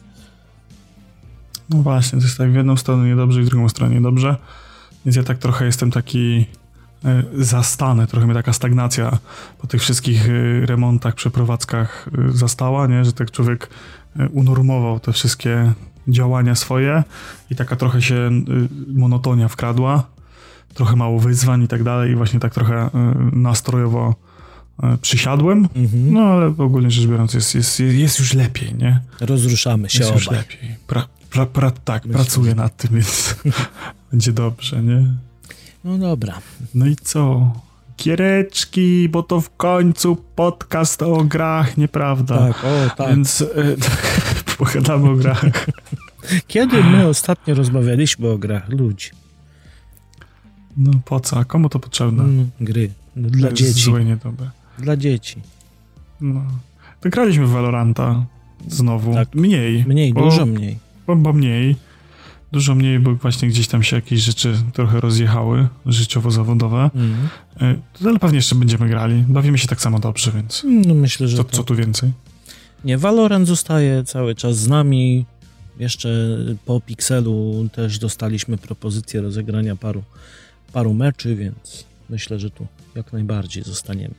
No właśnie, to jest tak w jedną stronę niedobrze i w drugą stronę niedobrze, więc ja tak trochę jestem taki y, zastany, trochę mnie taka stagnacja po tych wszystkich y, remontach, przeprowadzkach y, zastała, nie? Że tak człowiek y, unormował te wszystkie działania swoje i taka trochę się y, monotonia wkradła, trochę mało wyzwań i tak dalej i właśnie tak trochę y, nastrojowo y, przysiadłem, mhm. no ale ogólnie rzecz biorąc jest, jest, jest już lepiej, nie? Rozruszamy się jest obaj. Już lepiej. Pra, pra, pra, tak, Myślę, pracuję że... nad tym, więc będzie dobrze, nie? No dobra. No i co? Giereczki, bo to w końcu podcast o grach, nieprawda? Tak, o tak. Więc y, pogadamy o grach. Kiedy my ostatnio rozmawialiśmy o grach, ludzi? No po co? A komu to potrzebne? No, gry. No, dla to dzieci. Złe, niedobre. Dla dzieci. No. To graliśmy w Valoranta znowu. Tak. Mniej. Mniej, bo, dużo mniej. Bo, bo mniej. Dużo mniej, bo właśnie gdzieś tam się jakieś rzeczy trochę rozjechały, życiowo-zawodowe. Mm. Ale pewnie jeszcze będziemy grali. Bawimy się tak samo dobrze, więc... No myślę, że Co, tak. co tu więcej? Nie, Valorant zostaje cały czas z nami. Jeszcze po Pixelu też dostaliśmy propozycję rozegrania paru, paru meczy, więc myślę, że tu jak najbardziej zostaniemy.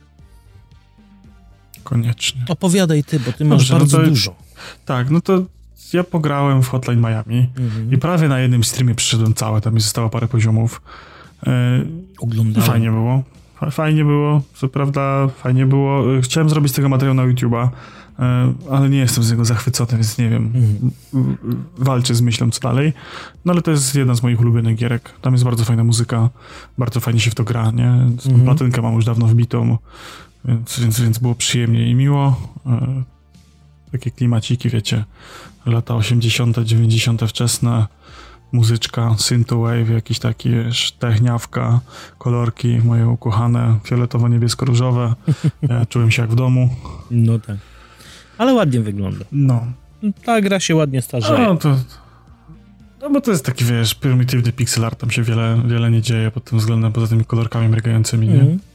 Koniecznie. Opowiadaj ty, bo ty Dobrze, masz bardzo no to, dużo. Tak, no to ja pograłem w Hotline Miami mm-hmm. i prawie na jednym streamie przyszedłem całe, tam mi zostało parę poziomów. Yy, Oglądałem. Fajnie było. Fajnie było, co prawda fajnie było. Chciałem zrobić z tego materiał na YouTube'a, yy, ale nie jestem z niego zachwycony, więc nie wiem. Mm. Walczę z myślą co dalej. No ale to jest jedna z moich ulubionych gierek. Tam jest bardzo fajna muzyka, bardzo fajnie się w to gra, nie? Mm-hmm. Platynkę mam już dawno wbitą, więc, więc, więc było przyjemnie i miło. Yy, takie klimaciki, wiecie, lata osiemdziesiąte, dziewięćdziesiąte wczesne, muzyczka, synthwave, jakiś taki, wiesz, techniawka, kolorki moje ukochane, fioletowo-niebiesko-różowe. Ja czułem się jak w domu. No tak. Ale ładnie wygląda. No. Ta gra się ładnie starzeje. No to... No bo to jest taki, wiesz, prymitywny pixel art, tam się wiele, wiele nie dzieje pod tym względem, poza tymi kolorkami mrygającymi, nie? Mm.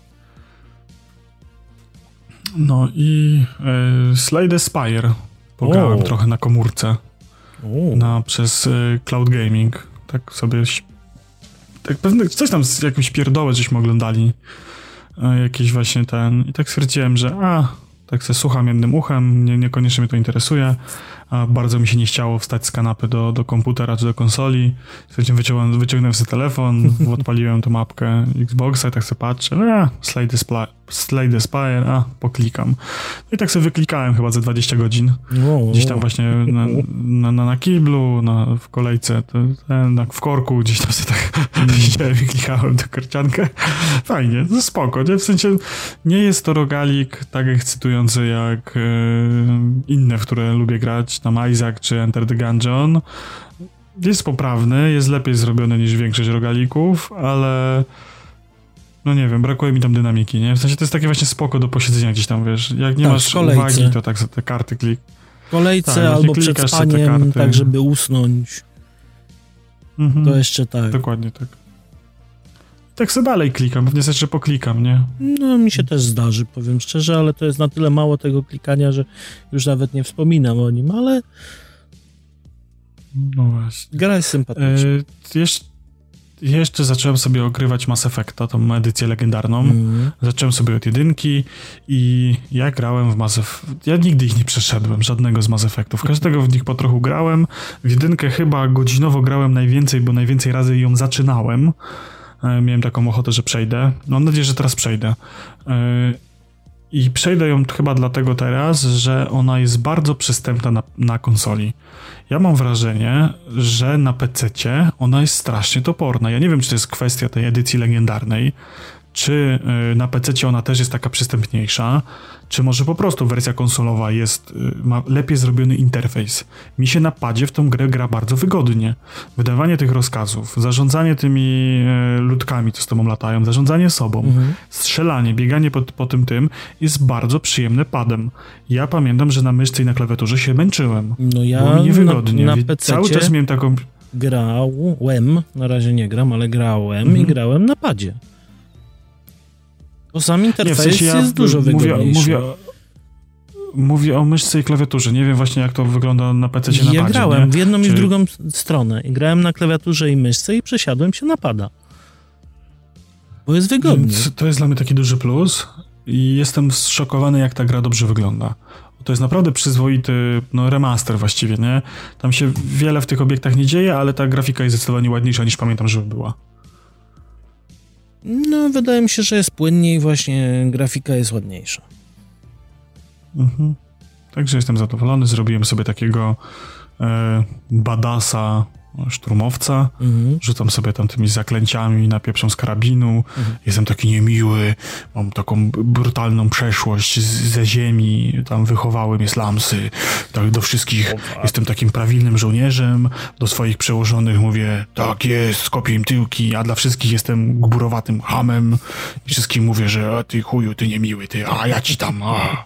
No i y, Slay the Spire pograłem oh. trochę na komórce oh. na, przez y, Cloud Gaming. Tak sobie tak pewnie coś tam z jakimś pierdołę żeśmy oglądali. Y, jakiś właśnie ten i tak stwierdziłem, że a, tak se słucham jednym uchem, nie, niekoniecznie mnie to interesuje. A bardzo mi się nie chciało wstać z kanapy do, do komputera czy do konsoli. Wyciągnąłem, wyciągnąłem sobie telefon, odpaliłem tą mapkę Xboxa i tak sobie patrzę, a, Slay the, Spli- Slay the Spire, a, poklikam. No i tak sobie wyklikałem chyba za dwadzieścia godzin. Wow. Gdzieś tam właśnie na, na, na, na kiblu, na, w kolejce, to, ten, w korku, gdzieś tam sobie tak siedziałem i klikałem tę karciankę. Fajnie, to spoko, nie? W sensie nie jest to rogalik tak ekscytujący jak e, inne, w które lubię grać, tam Isaac czy Enter the Gungeon. Jest poprawny, jest lepiej zrobiony niż większość rogalików, ale no nie wiem, brakuje mi tam dynamiki, nie? W sensie to jest takie właśnie spoko do posiedzenia gdzieś tam, wiesz, jak nie tak, masz uwagi, to tak sobie te karty klik. W kolejce tak, albo przed spaniem, tak żeby usnąć. Mhm. To jeszcze tak. Dokładnie tak. Tak sobie dalej klikam, pewnie sobie jeszcze poklikam, nie? No mi się też zdarzy, powiem szczerze, ale to jest na tyle mało tego klikania, że już nawet nie wspominam o nim, ale no właśnie. Gra jest sympatyczna. E, jeszcze, jeszcze zacząłem sobie ogrywać Mass Effecta, tą edycję legendarną. Mm. Zacząłem sobie od jedynki i ja grałem w Mass Effect. Ja nigdy ich nie przeszedłem, żadnego z Mass Effectów. Każdego w nich po trochu grałem. W jedynkę chyba godzinowo grałem najwięcej, bo najwięcej razy ją zaczynałem. Miałem taką ochotę, że przejdę. Mam nadzieję, że teraz przejdę. I przejdę ją chyba dlatego teraz, że ona jest bardzo przystępna na, na konsoli. ja mam wrażenie, że na pececie ona jest strasznie toporna. Ja nie wiem, czy to jest kwestia tej edycji legendarnej, czy na pececie ona też jest taka przystępniejsza, czy może po prostu wersja konsolowa jest, ma lepiej zrobiony interfejs. Mi się na padzie w tą grę gra bardzo wygodnie. Wydawanie tych rozkazów, zarządzanie tymi ludkami, co z tobą latają, zarządzanie sobą, mhm. strzelanie, bieganie po, po tym tym jest bardzo przyjemne padem. Ja pamiętam, że na myszce i na klawiaturze się męczyłem. No ja było mi niewygodnie. na, na pececie cały czas miałem taką... grałem, na razie nie gram, ale grałem mhm. i grałem na padzie. Bo sam interfejs nie, w sensie ja jest dużo wygodniejszy. Mówię, mówię, mówię o myszce i klawiaturze. Nie wiem właśnie, jak to wygląda na pececie na ja padzie. Ja grałem nie? w jedną Czy... i w drugą stronę. I grałem na klawiaturze i myszce i przesiadłem się na pada. Bo jest wygodnie. Więc to jest dla mnie taki duży plus i jestem zszokowany, jak ta gra dobrze wygląda. To jest naprawdę przyzwoity no, remaster właściwie, nie? Tam się wiele w tych obiektach nie dzieje, ale ta grafika jest zdecydowanie ładniejsza, niż pamiętam, żeby była. No, wydaje mi się, że jest płynniej, właśnie grafika jest ładniejsza. Mhm. Także jestem zadowolony. Zrobiłem sobie takiego e, badasa, szturmowca. Mhm. Rzucam sobie tam tymi zaklęciami, napieprzam z karabinu. Mhm. Jestem taki niemiły. Mam taką brutalną przeszłość z, ze ziemi. Tam wychowałem jest lamsy. Tak, do wszystkich Opa. Jestem takim prawilnym żołnierzem. Do swoich przełożonych mówię, tak jest, skopię im tyłki, a dla wszystkich jestem gburowatym hamem. I wszystkim mówię, że a ty chuju, ty niemiły, ty, a ja ci tam, a...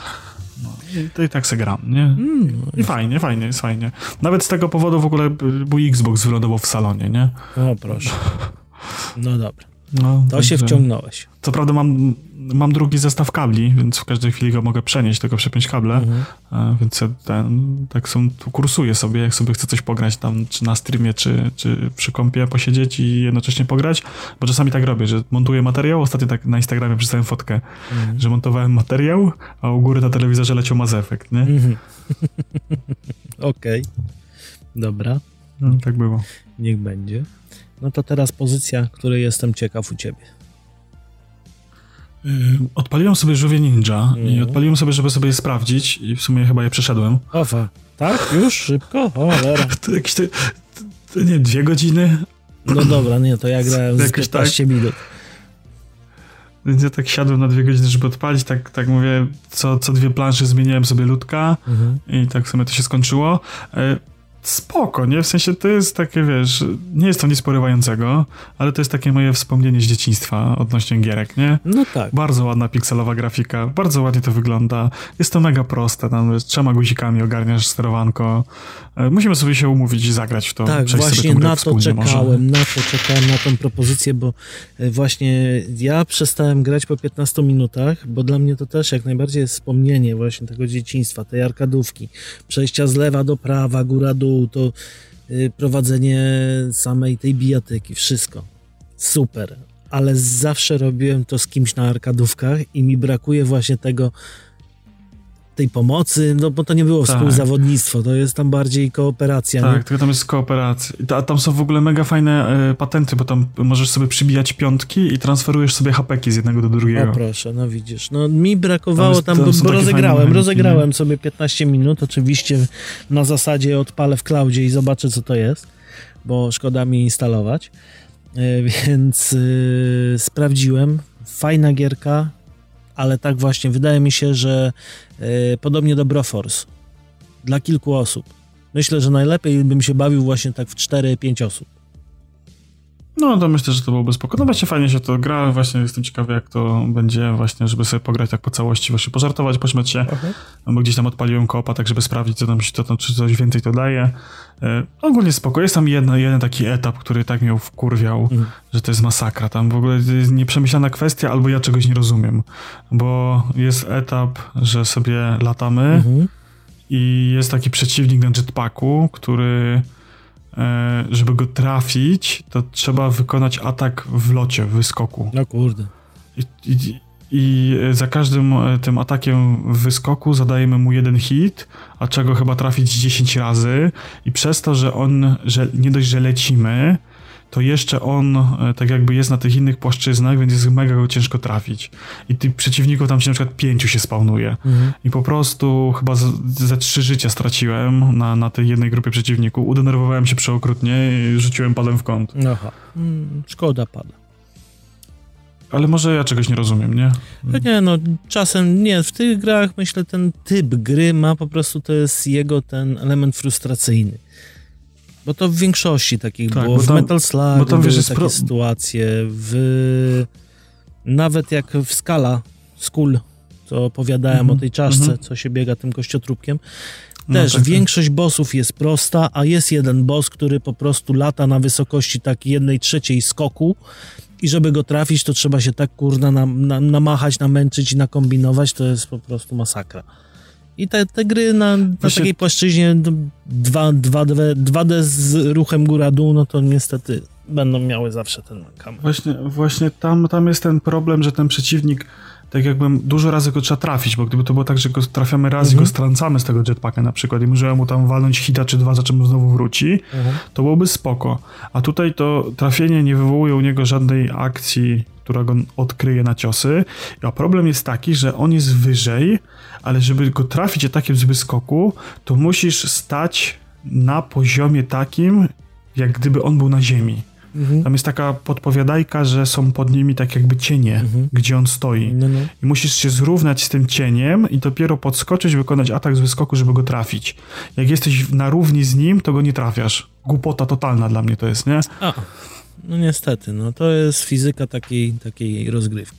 I to i tak se gram, nie? Mm, I fajnie, fajnie, jest fajnie. Nawet z tego powodu w ogóle mój Xbox wylądował w salonie, nie? O, proszę. No dobra. No, to się wciągnąłeś. Co prawda mam, mam drugi zestaw kabli, więc w każdej chwili go mogę przenieść, tylko przepiąć kable, mhm. a, więc ten, tak są, tu kursuję sobie, jak sobie chcę coś pograć tam, czy na streamie, czy, czy przy kompie posiedzieć i jednocześnie pograć, bo czasami tak robię, że montuję materiał, ostatnio tak na Instagramie przystałem fotkę, mhm. że montowałem materiał, a u góry na telewizorze leciał Mass Effect, nie? Mhm. Okej, okay. Dobra. No, tak było. Niech będzie. No to teraz pozycja, której jestem ciekaw u ciebie. Yy, odpaliłem sobie Żółwie Ninja mm. i odpaliłem sobie, żeby sobie je sprawdzić i w sumie chyba je przeszedłem. Ofa, tak? Już? Szybko? O, dobra. To jakieś te, to, to nie, dwie godziny? No dobra, nie, to ja grałem z piętnaście minut. Więc ja tak siadłem na dwie godziny, żeby odpalić, tak, tak mówię, co, co dwie plansze zmieniałem sobie ludka mhm. i tak w sumie to się skończyło. Yy, Spoko, nie? W sensie to jest takie, wiesz, nie jest to nic porywającego, ale to jest takie moje wspomnienie z dzieciństwa odnośnie gierek, nie? No tak. Bardzo ładna pikselowa grafika, bardzo ładnie to wygląda. Jest to mega proste, tam z trzema guzikami ogarniasz sterowanko. Musimy sobie się umówić i zagrać w to. Tak, właśnie na to czekałem, może. na to czekałem, na tą propozycję, bo właśnie ja przestałem grać po piętnastu minutach, bo dla mnie to też jak najbardziej jest wspomnienie właśnie tego dzieciństwa, tej arkadówki. Przejścia z lewa do prawa, góra dół, to y, prowadzenie samej tej bijatyki, wszystko. Super. Ale zawsze robiłem to z kimś na arkadówkach i mi brakuje właśnie tego tej pomocy, no bo to nie było tak. współzawodnictwo, to jest tam bardziej kooperacja. Tak, nie? tylko tam jest kooperacja. A tam są w ogóle mega fajne y, patenty, bo tam możesz sobie przybijać piątki i transferujesz sobie hapeki z jednego do drugiego. O proszę, no widzisz. No mi brakowało tam, tam, tam bo, bo rozegrałem, rozegrałem sobie piętnaście minut, oczywiście na zasadzie odpalę w cloudzie i zobaczę, co to jest, bo szkoda mi instalować. Y, więc y, sprawdziłem. Fajna gierka, ale tak właśnie, wydaje mi się, że y, podobnie do Broforce dla kilku osób. Myślę, że najlepiej bym się bawił właśnie tak w cztery pięć osób. No to myślę, że to byłoby spoko. No właśnie fajnie się to gra, właśnie jestem ciekawy, jak to będzie właśnie, żeby sobie pograć tak po całości, właśnie pożartować, pośmiać się, okay. bo gdzieś tam odpaliłem koopa, tak żeby sprawdzić, co tam, to tam czy coś więcej to daje. E, ogólnie spoko. Jest tam jeden, jeden taki etap, który tak mnie wkurwiał, mm. że to jest masakra. Tam w ogóle jest nieprzemyślana kwestia, albo ja czegoś nie rozumiem, bo jest etap, że sobie latamy mm-hmm. i jest taki przeciwnik na jetpacku, który żeby go trafić, to trzeba wykonać atak w locie, w wyskoku. No kurde. I, i, i za każdym tym atakiem w wyskoku zadajemy mu jeden hit, a czego chyba trafić dziesięć razy i przez to, że on, że nie dość, że lecimy, to jeszcze on e, tak jakby jest na tych innych płaszczyznach, więc jest mega go ciężko trafić. I tych przeciwników tam się na przykład pięciu się spawnuje. Mhm. I po prostu chyba z, ze trzy życia straciłem na, na tej jednej grupie przeciwników. Udenerwowałem się przeokrutnie i rzuciłem padem w kąt. Aha, hmm, szkoda pada. Ale może ja czegoś nie rozumiem, nie? No nie, no czasem nie, w tych grach myślę ten typ gry ma po prostu, to jest jego ten element frustracyjny. Bo to w większości takich tak, było, w tam, Metal Slug bo tam, były wiesz, takie pro... sytuacje, w... nawet jak w Scala, Skull, co opowiadałem mm-hmm, o tej czaszce, mm-hmm. co się biega tym kościotrupkiem, też no, tak, większość tak. bossów jest prosta, a jest jeden boss, który po prostu lata na wysokości tak jednej trzeciej skoku i żeby go trafić, to trzeba się tak kurna nam, nam, namachać, namęczyć i nakombinować, to jest po prostu masakra. I te, te gry na, na Właśnie... takiej płaszczyźnie dwa D z ruchem góra-dół, no to niestety będą miały zawsze ten mankament. Właśnie, właśnie tam, tam jest ten problem, że ten przeciwnik, tak jakbym dużo razy go trzeba trafić, bo gdyby to było tak, że go trafiamy raz mhm. i go strącamy z tego jetpacka na przykład i możemy mu tam walnąć hita czy dwa, za czym znowu wróci, mhm. to byłoby spoko. A tutaj to trafienie nie wywołuje u niego żadnej akcji, która go odkryje na ciosy. A problem jest taki, że on jest wyżej, ale żeby go trafić atakiem z wyskoku, to musisz stać na poziomie takim, jak gdyby on był na ziemi. Mhm. Tam jest taka podpowiadajka, że są pod nimi tak jakby cienie, mhm. gdzie on stoi. No, no. I musisz się zrównać z tym cieniem i dopiero podskoczyć, wykonać atak z wyskoku, żeby go trafić. Jak jesteś na równi z nim, to go nie trafiasz. Głupota totalna dla mnie to jest, nie? A, no niestety, no to jest fizyka takiej, takiej rozgrywki.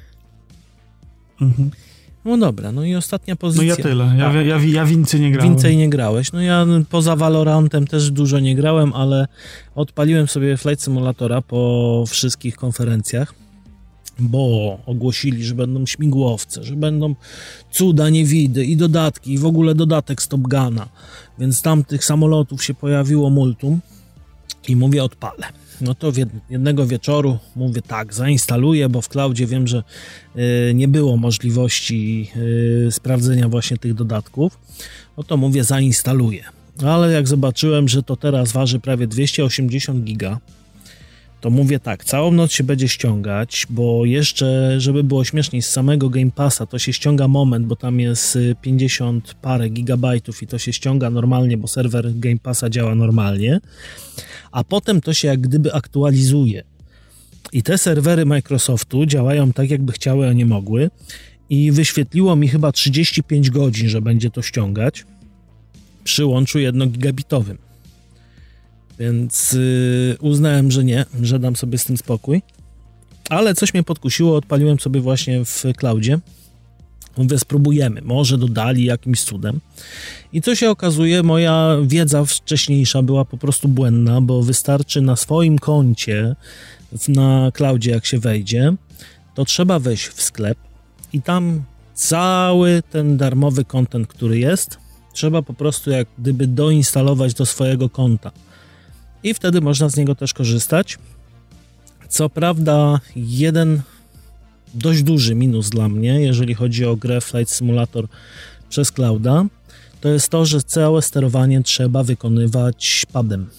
Mhm. No dobra, no i ostatnia pozycja. No ja tyle, ja, ja, ja, ja więcej nie grałem. Więcej nie grałeś. No ja poza Valorantem też dużo nie grałem, ale odpaliłem sobie Flight Simulatora po wszystkich konferencjach, bo ogłosili, że będą śmigłowce, że będą cuda, niewidy i dodatki, i w ogóle dodatek z Top Guna, więc tam tych samolotów się pojawiło multum i mówię, odpalę. No to jednego wieczoru mówię tak, zainstaluję, bo w cloudzie wiem, że y, nie było możliwości y, sprawdzenia właśnie tych dodatków. No to mówię, zainstaluję. Ale jak zobaczyłem, że to teraz waży prawie dwieście osiemdziesiąt giga, to mówię tak, całą noc się będzie ściągać, bo jeszcze, żeby było śmieszniej, z samego Game Passa to się ściąga moment, bo tam jest pięćdziesiąt parę gigabajtów i to się ściąga normalnie, bo serwer Game Passa działa normalnie, a potem to się jak gdyby aktualizuje. I te serwery Microsoftu działają tak, jakby chciały, a nie mogły i wyświetliło mi chyba trzydzieści pięć godzin, że będzie to ściągać przy łączu jednogigabitowym. Więc yy, uznałem, że nie, że dam sobie z tym spokój. Ale coś mnie podkusiło, odpaliłem sobie właśnie w cloudzie. Mówię, spróbujemy, może dodali jakimś cudem. I co się okazuje, moja wiedza wcześniejsza była po prostu błędna, bo wystarczy na swoim koncie, na cloudzie jak się wejdzie, to trzeba wejść w sklep i tam cały ten darmowy content, który jest, trzeba po prostu jak gdyby doinstalować do swojego konta. I wtedy można z niego też korzystać. Co prawda jeden dość duży minus dla mnie, jeżeli chodzi o grę Flight Simulator przez clouda, to jest to, że całe sterowanie trzeba wykonywać padem.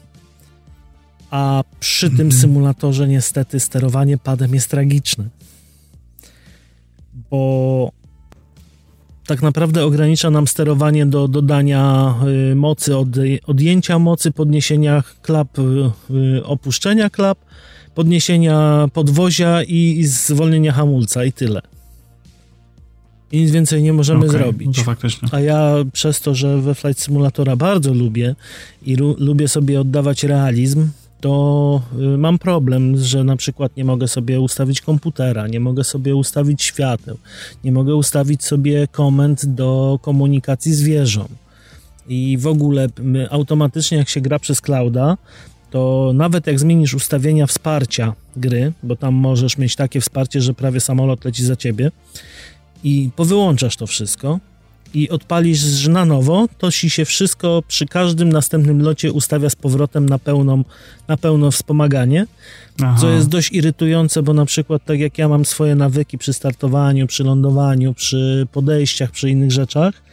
A przy tym symulatorze niestety sterowanie padem jest tragiczne. Bo tak naprawdę ogranicza nam sterowanie do dodania y, mocy, od, odjęcia mocy, podniesienia klap, y, y, opuszczenia klap, podniesienia podwozia i, i zwolnienia hamulca i tyle. I nic więcej nie możemy okay, zrobić. To faktycznie. A ja przez to, że we Flight Simulatora bardzo lubię i ru, lubię sobie oddawać realizm, to y, mam problem, że na przykład nie mogę sobie ustawić komputera, nie mogę sobie ustawić świateł, nie mogę ustawić sobie komend do komunikacji z wieżą. I w ogóle y, automatycznie jak się gra przez clouda, to nawet jak zmienisz ustawienia wsparcia gry, bo tam możesz mieć takie wsparcie, że prawie samolot leci za ciebie i powyłączasz to wszystko i odpalisz na nowo, to ci się wszystko przy każdym następnym locie ustawia z powrotem na pełną, na pełno wspomaganie, Aha. co jest dość irytujące, bo na przykład tak jak ja mam swoje nawyki przy startowaniu, przy lądowaniu, przy podejściach, przy innych rzeczach,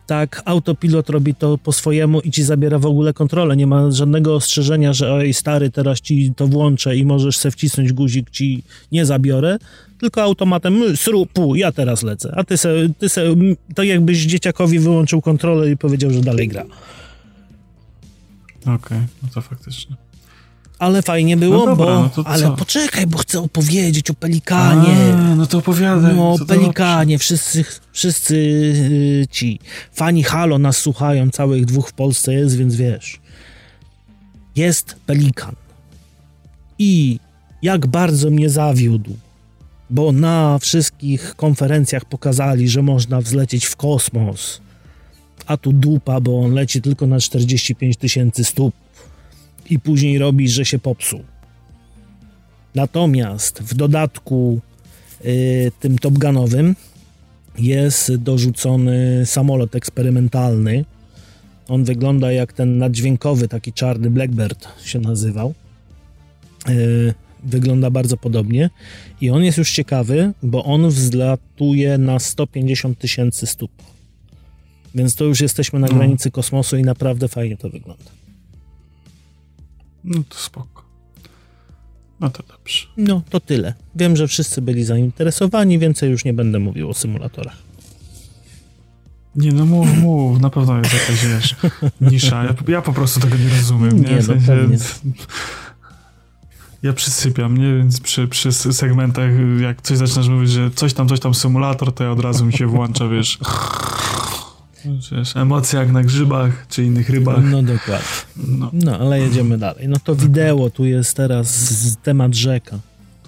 Tak, autopilot robi to po swojemu i ci zabiera w ogóle kontrolę. Nie ma żadnego ostrzeżenia, że oj stary, teraz ci to włączę i możesz se wcisnąć guzik, ci nie zabiorę, tylko automatem sru, pu, ja teraz lecę. A ty se, ty se, to jakbyś dzieciakowi wyłączył kontrolę i powiedział, że dalej gra. Okej, okay, no to faktycznie. Ale fajnie było, no dobra, bo... No to ale co? Poczekaj, bo chcę opowiedzieć o Pelikanie. A, no to opowiadaj. No, o Pelikanie, wszyscy, wszyscy yy, ci fani Halo nas słuchają, całych dwóch w Polsce jest, więc wiesz. Jest Pelikan. I jak bardzo mnie zawiódł, bo na wszystkich konferencjach pokazali, że można wzlecieć w kosmos, a tu dupa, bo on leci tylko na czterdzieści pięć tysięcy stóp i później robi, że się popsuł. Natomiast w dodatku y, tym Top Gunowym jest dorzucony samolot eksperymentalny. On wygląda jak ten naddźwiękowy, taki czarny Blackbird się nazywał. Y, wygląda bardzo podobnie i on jest już ciekawy, bo on wzlatuje na sto pięćdziesiąt tysięcy stóp. Więc to już jesteśmy na granicy kosmosu i naprawdę fajnie to wygląda. No to spoko. No to dobrze. No, to tyle. Wiem, że wszyscy byli zainteresowani, więcej już nie będę mówił o symulatorach. Nie, no mów, mów. Na pewno jest jakaś, wiesz, nisza. Ja, ja po prostu tego nie rozumiem. Nie, nie w sensie, no, ja przysypiam, nie? Więc przy, przy segmentach, jak coś zaczynasz mówić, że coś tam, coś tam symulator, to ja od razu mi się włącza, wiesz... Wiesz, emocje jak na grzybach, czy innych rybach. No dokładnie. No, no ale jedziemy dalej. No to wideo, tu jest teraz temat rzeka.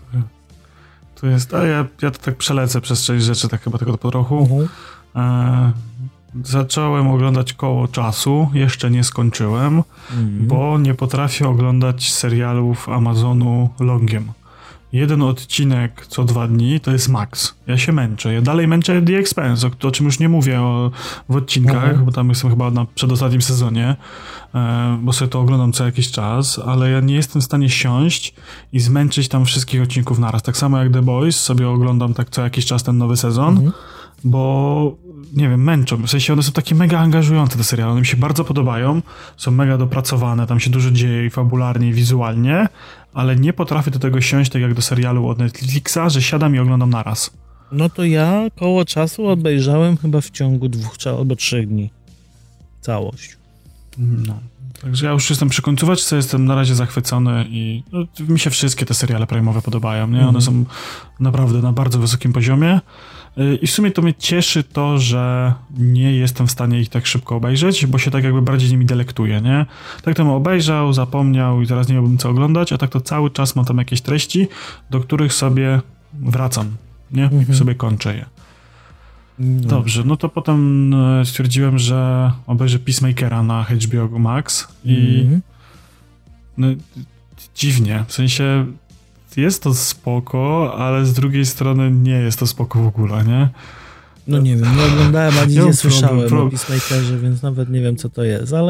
Tu jest, a ja, ja to tak przelecę przez część rzeczy, tak chyba tylko po trochu. Uh-huh. E, zacząłem oglądać Koło czasu, jeszcze nie skończyłem, mm-hmm. bo nie potrafię oglądać serialów Amazonu longiem. Jeden odcinek co dwa dni to jest maks. Ja się męczę. Ja dalej męczę The Expanse, o, o czym już nie mówię o, w odcinkach, mhm. bo tam jestem chyba na przedostatnim sezonie, e, bo sobie to oglądam co jakiś czas, ale ja nie jestem w stanie siąść i zmęczyć tam wszystkich odcinków naraz. Tak samo jak The Boys, sobie oglądam tak co jakiś czas ten nowy sezon, mhm. bo nie wiem, męczą. W sensie one są takie mega angażujące te seriale. One mi się bardzo podobają, są mega dopracowane, tam się dużo dzieje i fabularnie, i wizualnie, ale nie potrafię do tego siąść tak jak do serialu od Netflixa, że siadam i oglądam naraz. No to ja Koło czasu obejrzałem chyba w ciągu dwóch albo trzech dni. Całość. No. Także ja już jestem przy końcóweczce, jestem na razie zachwycony i no, mi się wszystkie te seriale prime'owe podobają, nie? One mm. są naprawdę na bardzo wysokim poziomie i w sumie to mnie cieszy to, że nie jestem w stanie ich tak szybko obejrzeć, bo się tak jakby bardziej nimi delektuję, nie? Tak to bym obejrzał, zapomniał i teraz nie miałbym co oglądać, a tak to cały czas mam tam jakieś treści, do których sobie wracam, nie? I mm-hmm. sobie kończę je. No. Dobrze, no to potem stwierdziłem, że obejrzę Peacemakera na H B O Max i mm-hmm. no, dziwnie, w sensie jest to spoko, ale z drugiej strony nie jest to spoko w ogóle, nie? No nie wiem, nie oglądałem, ani nie, nie słyszałem problem. o Peacemakerze, więc nawet nie wiem, co to jest, ale...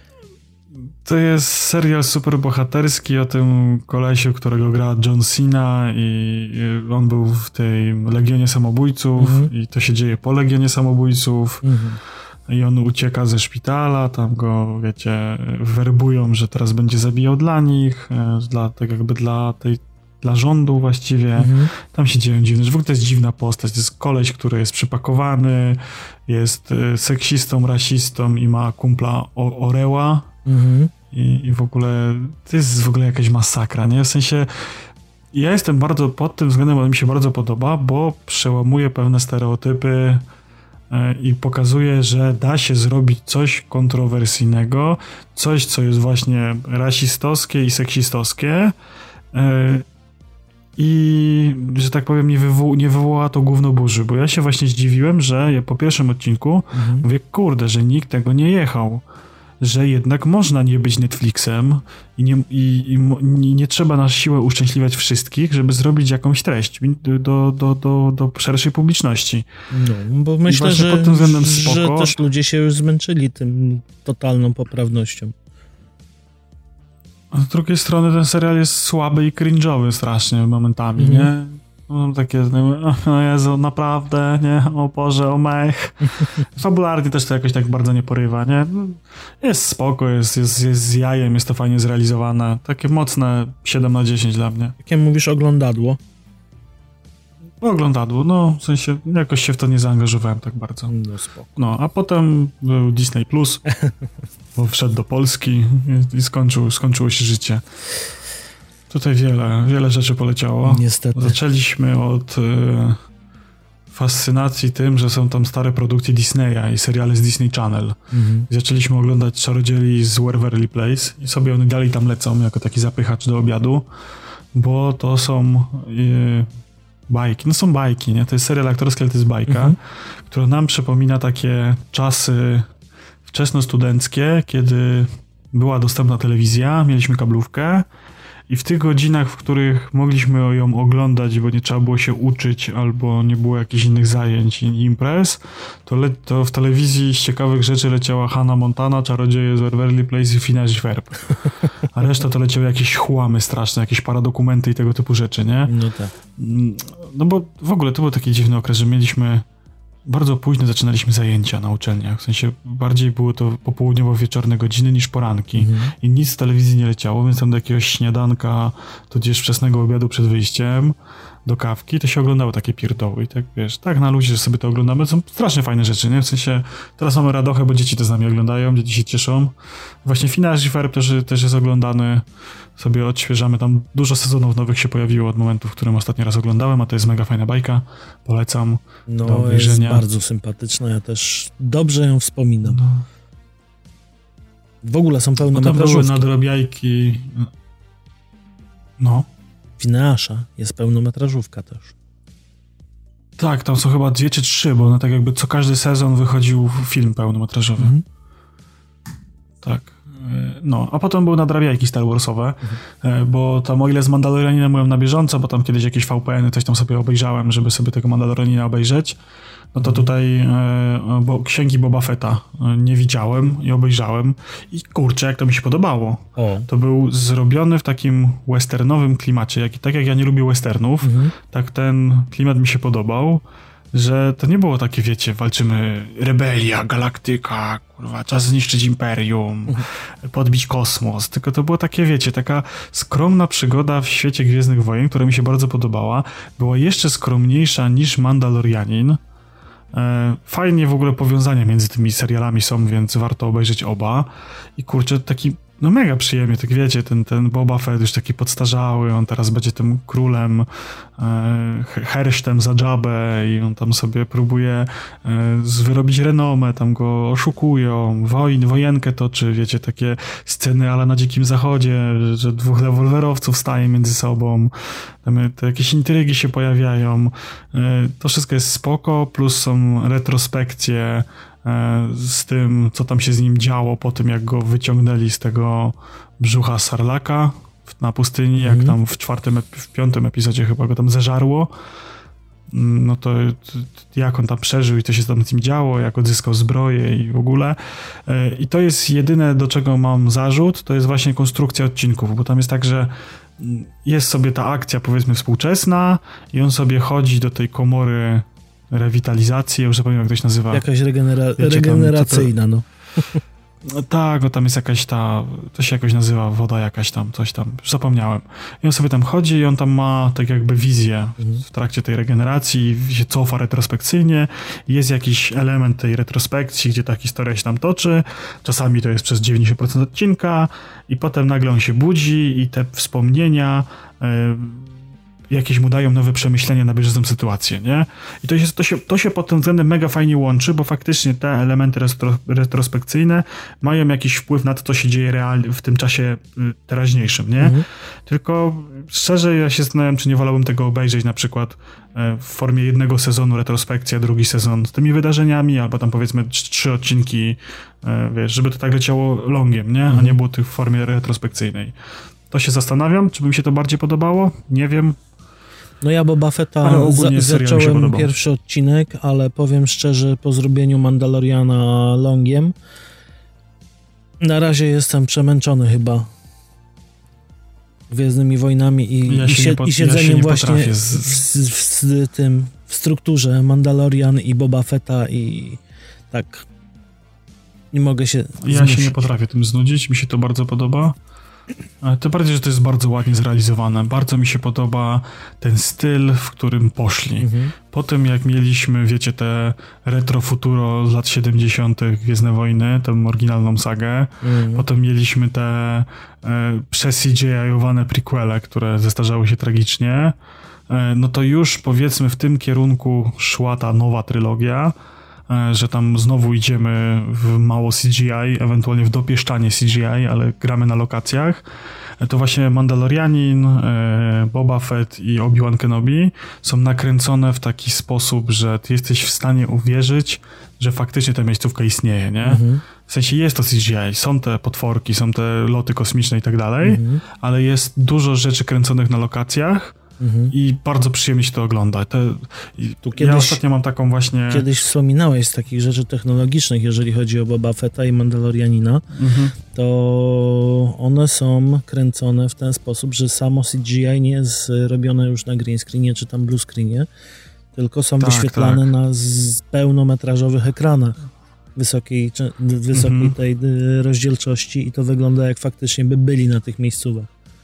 To jest serial superbohaterski o tym kolesiu, którego gra John Cena i on był w tej Legionie Samobójców mm-hmm. i to się dzieje po Legionie Samobójców mm-hmm. i on ucieka ze szpitala, tam go, wiecie, werbują, że teraz będzie zabijał dla nich, dla, tak jakby dla tej dla rządu właściwie. Mhm. Tam się dzieją dziwne rzeczy. W ogóle to jest dziwna postać. To jest koleś, który jest przypakowany, jest seksistą, rasistą i ma kumpla o- Oreła. Mhm. I, I w ogóle to jest w ogóle jakaś masakra, nie? W sensie ja jestem bardzo pod tym względem, on mi się bardzo podoba, bo przełamuje pewne stereotypy i pokazuje, że da się zrobić coś kontrowersyjnego, coś, co jest właśnie rasistowskie i seksistowskie, i, że tak powiem, nie, wywo- nie wywoła to gówno burzy, bo ja się właśnie zdziwiłem, że ja po pierwszym odcinku mhm. mówię, kurde, że nikt tego nie jechał, że jednak można nie być Netflixem i nie, i, i, i nie trzeba na siłę uszczęśliwiać wszystkich, żeby zrobić jakąś treść do, do, do, do szerszej publiczności. No, bo myślę, że, pod tym względem spoko, że też ludzie się już zmęczyli tym totalną poprawnością. A z drugiej strony ten serial jest słaby i cringe'owy strasznie momentami, mm. nie? Mam takie, o Jezu, naprawdę, nie? O Boże, o mech. Fabularnie też to jakoś tak bardzo nie porywa, nie? Jest spoko, jest, jest, jest z jajem, jest to fajnie zrealizowane. Takie mocne siedem na dziesięć dla mnie. Jakie mówisz oglądadło? Oglądadło, no, w sensie jakoś się w to nie zaangażowałem tak bardzo. No spoko. No, a potem był Disney Plus, bo wszedł do Polski i, i skończył, skończyło się życie. Tutaj wiele, wiele rzeczy poleciało. Niestety. Zaczęliśmy od y, fascynacji tym, że są tam stare produkcje Disneya i seriale z Disney Channel. Mhm. Zaczęliśmy oglądać Czarodziei z Waverly Place i sobie one dalej tam lecą jako taki zapychacz do obiadu, bo to są y, bajki. No są bajki, nie? To jest serial aktorski, ale to jest bajka, mhm. która nam przypomina takie czasy wczesnostudenckie, kiedy była dostępna telewizja, mieliśmy kablówkę, i w tych godzinach, w których mogliśmy ją oglądać, bo nie trzeba było się uczyć albo nie było jakichś innych zajęć i imprez, to, le- to w telewizji z ciekawych rzeczy leciała Hannah Montana, Czarodzieje z Waverly Place i Phineas i Ferb. A reszta to leciały jakieś chłamy straszne, jakieś paradokumenty i tego typu rzeczy, nie? No tak. No bo w ogóle to był taki dziwny okres, że mieliśmy... Bardzo późno zaczynaliśmy zajęcia na uczelniach, w sensie bardziej było to popołudniowo-wieczorne godziny niż poranki mhm. i nic z telewizji nie leciało, więc tam do jakiegoś śniadanka, tudzież wczesnego obiadu przed wyjściem do kawki, to się oglądało takie pierdoły i tak, wiesz, tak na luzie, że sobie to oglądamy, to są strasznie fajne rzeczy, nie? W sensie teraz mamy radochę, bo dzieci to z nami oglądają, dzieci się cieszą. Właśnie Phineas i Ferb też, też jest oglądany, sobie odświeżamy, tam dużo sezonów nowych się pojawiło od momentu, w którym ostatni raz oglądałem, a to jest mega fajna bajka, polecam no, do obejrzenia. Jest bardzo sympatyczna, ja też dobrze ją wspominam. No. W ogóle są pełnometrażówki. Potem były nadrabiajki, no. Phineasza jest pełnometrażówka też. Tak, tam są chyba dwie czy trzy, bo one tak jakby co każdy sezon wychodził film pełnometrażowy. Mhm. Tak. No, a potem były nadrabiajki Star Warsowe, mhm. bo tam o ile z Mandalorianinem byłem na bieżąco, bo tam kiedyś jakieś V P N-y coś tam sobie obejrzałem, żeby sobie tego Mandalorianina obejrzeć, no to tutaj bo księgi Boba Fetta nie widziałem i obejrzałem i kurczę, jak to mi się podobało. O. To był zrobiony w takim westernowym klimacie, jak, tak jak ja nie lubię westernów, mhm. tak ten klimat mi się podobał, że to nie było takie, wiecie, walczymy rebelia, galaktyka, kurwa, czas zniszczyć imperium, mhm. podbić kosmos, tylko to było takie, wiecie, taka skromna przygoda w świecie Gwiezdnych Wojen, która mi się bardzo podobała, była jeszcze skromniejsza niż Mandalorianin. Fajnie w ogóle powiązania między tymi serialami są, więc warto obejrzeć oba. I kurczę, taki no mega przyjemnie, tak wiecie, ten, ten Boba Fett już taki podstarzały, on teraz będzie tym królem, e, hersztem za Jabę i on tam sobie próbuje e, wyrobić renomę, tam go oszukują, wojn, wojenkę toczy, wiecie, takie sceny ale na Dzikim Zachodzie, że dwóch rewolwerowców staje między sobą, tam te jakieś intrygi się pojawiają, e, to wszystko jest spoko, plus są retrospekcje z tym, co tam się z nim działo po tym, jak go wyciągnęli z tego brzucha Sarlaka na pustyni, jak mm. tam w czwartym, w piątym epizodzie chyba go tam zeżarło. No to jak on tam przeżył i to się tam z nim działo, jak odzyskał zbroję i w ogóle. I to jest jedyne, do czego mam zarzut, to jest właśnie konstrukcja odcinków, bo tam jest tak, że jest sobie ta akcja, powiedzmy, współczesna i on sobie chodzi do tej komory rewitalizacji, ja już zapomniałem, jak to się nazywa. Jakaś regenera- Wiecie, regeneracyjna, tam, to, no. no. Tak, no tam jest jakaś ta, to się jakoś nazywa, woda jakaś tam, coś tam, już zapomniałem. I on sobie tam chodzi i on tam ma tak jakby wizję mhm. w trakcie tej regeneracji, się cofa retrospekcyjnie, jest jakiś element tej retrospekcji, gdzie ta historia się tam toczy, czasami to jest przez dziewięćdziesiąt procent odcinka i potem nagle on się budzi i te wspomnienia yy, jakieś mu dają nowe przemyślenia na bieżącą sytuację, nie? I to się, to, się, to się pod tym względem mega fajnie łączy, bo faktycznie te elementy retro, retrospekcyjne mają jakiś wpływ na to, co się dzieje realnie w tym czasie teraźniejszym, nie? Mhm. Tylko szczerze ja się zastanawiam, czy nie wolałbym tego obejrzeć na przykład w formie jednego sezonu retrospekcja, drugi sezon z tymi wydarzeniami, albo tam powiedzmy trzy odcinki, wiesz, żeby to tak leciało longiem, nie? Mhm. A nie było tych w formie retrospekcyjnej. To się zastanawiam, czy by mi się to bardziej podobało? Nie wiem. No ja Boba Fetta za- zacząłem pierwszy odcinek, ale powiem szczerze, po zrobieniu Mandaloriana longiem na razie jestem przemęczony chyba. Gwiezdnymi Wojnami i, ja i, sie, pot, i siedzeniem ja właśnie z... w, w, w tym w strukturze Mandalorian i Boba Fetta i tak nie mogę się Ja zmusić. się nie potrafię tym znudzić, mi się to bardzo podoba. Tym bardziej, że to jest bardzo ładnie zrealizowane. Bardzo mi się podoba ten styl, w którym poszli. Mhm. Po tym, jak mieliśmy, wiecie, te retro futuro z lat siedemdziesiątych Gwiezdne Wojny, tę oryginalną sagę. Mhm. Potem mieliśmy te e, przez C G I-owane prequele, które zestarzały się tragicznie. E, no to już, powiedzmy, w tym kierunku szła ta nowa trylogia, że tam znowu idziemy w mało C G I, ewentualnie w dopieszczanie C G I, ale gramy na lokacjach. To właśnie Mandalorianin, Boba Fett i Obi-Wan Kenobi są nakręcone w taki sposób, że ty jesteś w stanie uwierzyć, że faktycznie ta miejscówka istnieje, nie? Mhm. W sensie jest to C G I, są te potworki, są te loty kosmiczne i tak dalej, mhm. ale jest dużo rzeczy kręconych na lokacjach, mhm. i bardzo przyjemnie się to ogląda. Te, tu kiedyś, ja ostatnio mam taką właśnie... Kiedyś wspominałeś z takich rzeczy technologicznych, jeżeli chodzi o Boba Fetta i Mandalorianina, mhm. to one są kręcone w ten sposób, że samo C G I nie jest robione już na green screenie czy tam blue screenie, tylko są tak, wyświetlane tak. na z pełnometrażowych ekranach wysokiej, wysokiej mhm. tej rozdzielczości i to wygląda jak faktycznie by byli na tych miejscówach.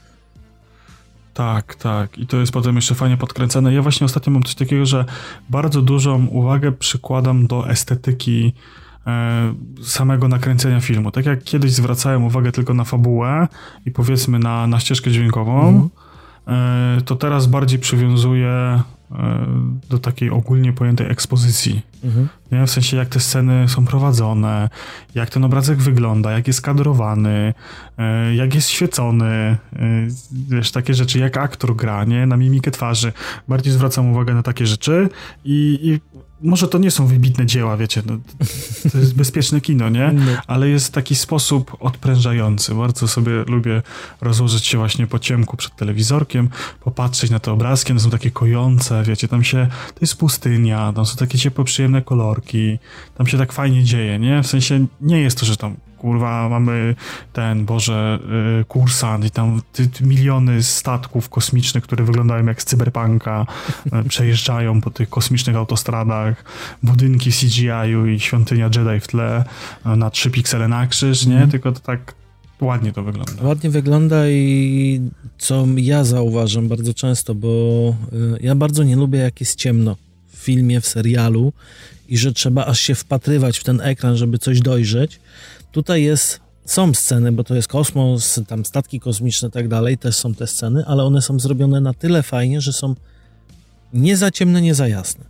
Tak, tak. I to jest potem jeszcze fajnie podkręcane. Ja właśnie ostatnio mam coś takiego, że bardzo dużą uwagę przykładam do estetyki e, samego nakręcenia filmu. Tak jak kiedyś zwracałem uwagę tylko na fabułę i powiedzmy na, na ścieżkę dźwiękową, mhm. e, to teraz bardziej przywiązuję e, do takiej ogólnie pojętej ekspozycji. Mhm. Nie? W sensie jak te sceny są prowadzone, jak ten obrazek wygląda, jak jest kadrowany, e, jak jest świecony, e, wiesz, takie rzeczy, jak aktor gra, nie? Na mimikę twarzy. Bardziej zwracam uwagę na takie rzeczy i, i może to nie są wybitne dzieła, wiecie, no, to jest bezpieczne kino, nie? Ale jest taki sposób odprężający. Bardzo sobie lubię rozłożyć się właśnie po ciemku przed telewizorkiem, popatrzeć na te obrazki, one są takie kojące, wiecie, tam się, to jest pustynia, tam są takie ciepłe, przyjemne kolorki, tam się tak fajnie dzieje, nie? W sensie nie jest to, że tam kurwa, mamy ten, Boże, yy, kursant i tam ty, ty, miliony statków kosmicznych, które wyglądają jak z cyberpunka, yy, przejeżdżają po tych kosmicznych autostradach, budynki C G I-u i świątynia Jedi w tle yy, na trzy piksele na krzyż, nie? Mm. Tylko to tak ładnie to wygląda. Ładnie wygląda i co ja zauważam bardzo często, bo yy, ja bardzo nie lubię, jak jest ciemno w filmie, w serialu i że trzeba aż się wpatrywać w ten ekran, żeby coś dojrzeć. Tutaj jest, są sceny, bo to jest kosmos, tam statki kosmiczne i tak dalej, też są te sceny, ale one są zrobione na tyle fajnie, że są nie za ciemne, nie za jasne.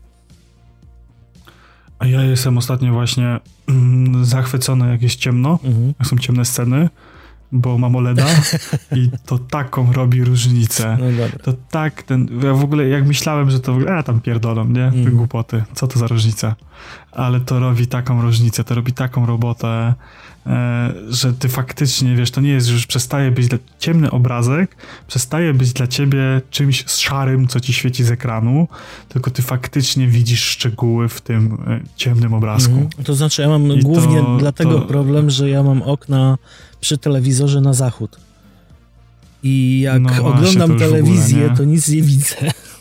A ja jestem ostatnio właśnie mm, zachwycony, jak jest ciemno, mhm. jak są ciemne sceny, bo mam OLEDa i to taką robi różnicę. No dobra. To tak, ten, ja w ogóle jak myślałem, że to, a tam pierdolą, nie? Te mm. głupoty, co to za różnica? Ale to robi taką różnicę, to robi taką robotę, e, że ty faktycznie, wiesz, to nie jest, że już przestaje być dla, ciemny obrazek, przestaje być dla ciebie czymś szarym, co ci świeci z ekranu, tylko ty faktycznie widzisz szczegóły w tym e, ciemnym obrazku. Mm. To znaczy, ja mam I głównie to, dlatego to... problem, że ja mam okna przy telewizorze na zachód. I jak no właśnie, oglądam to telewizję, ogóle, to nic nie widzę.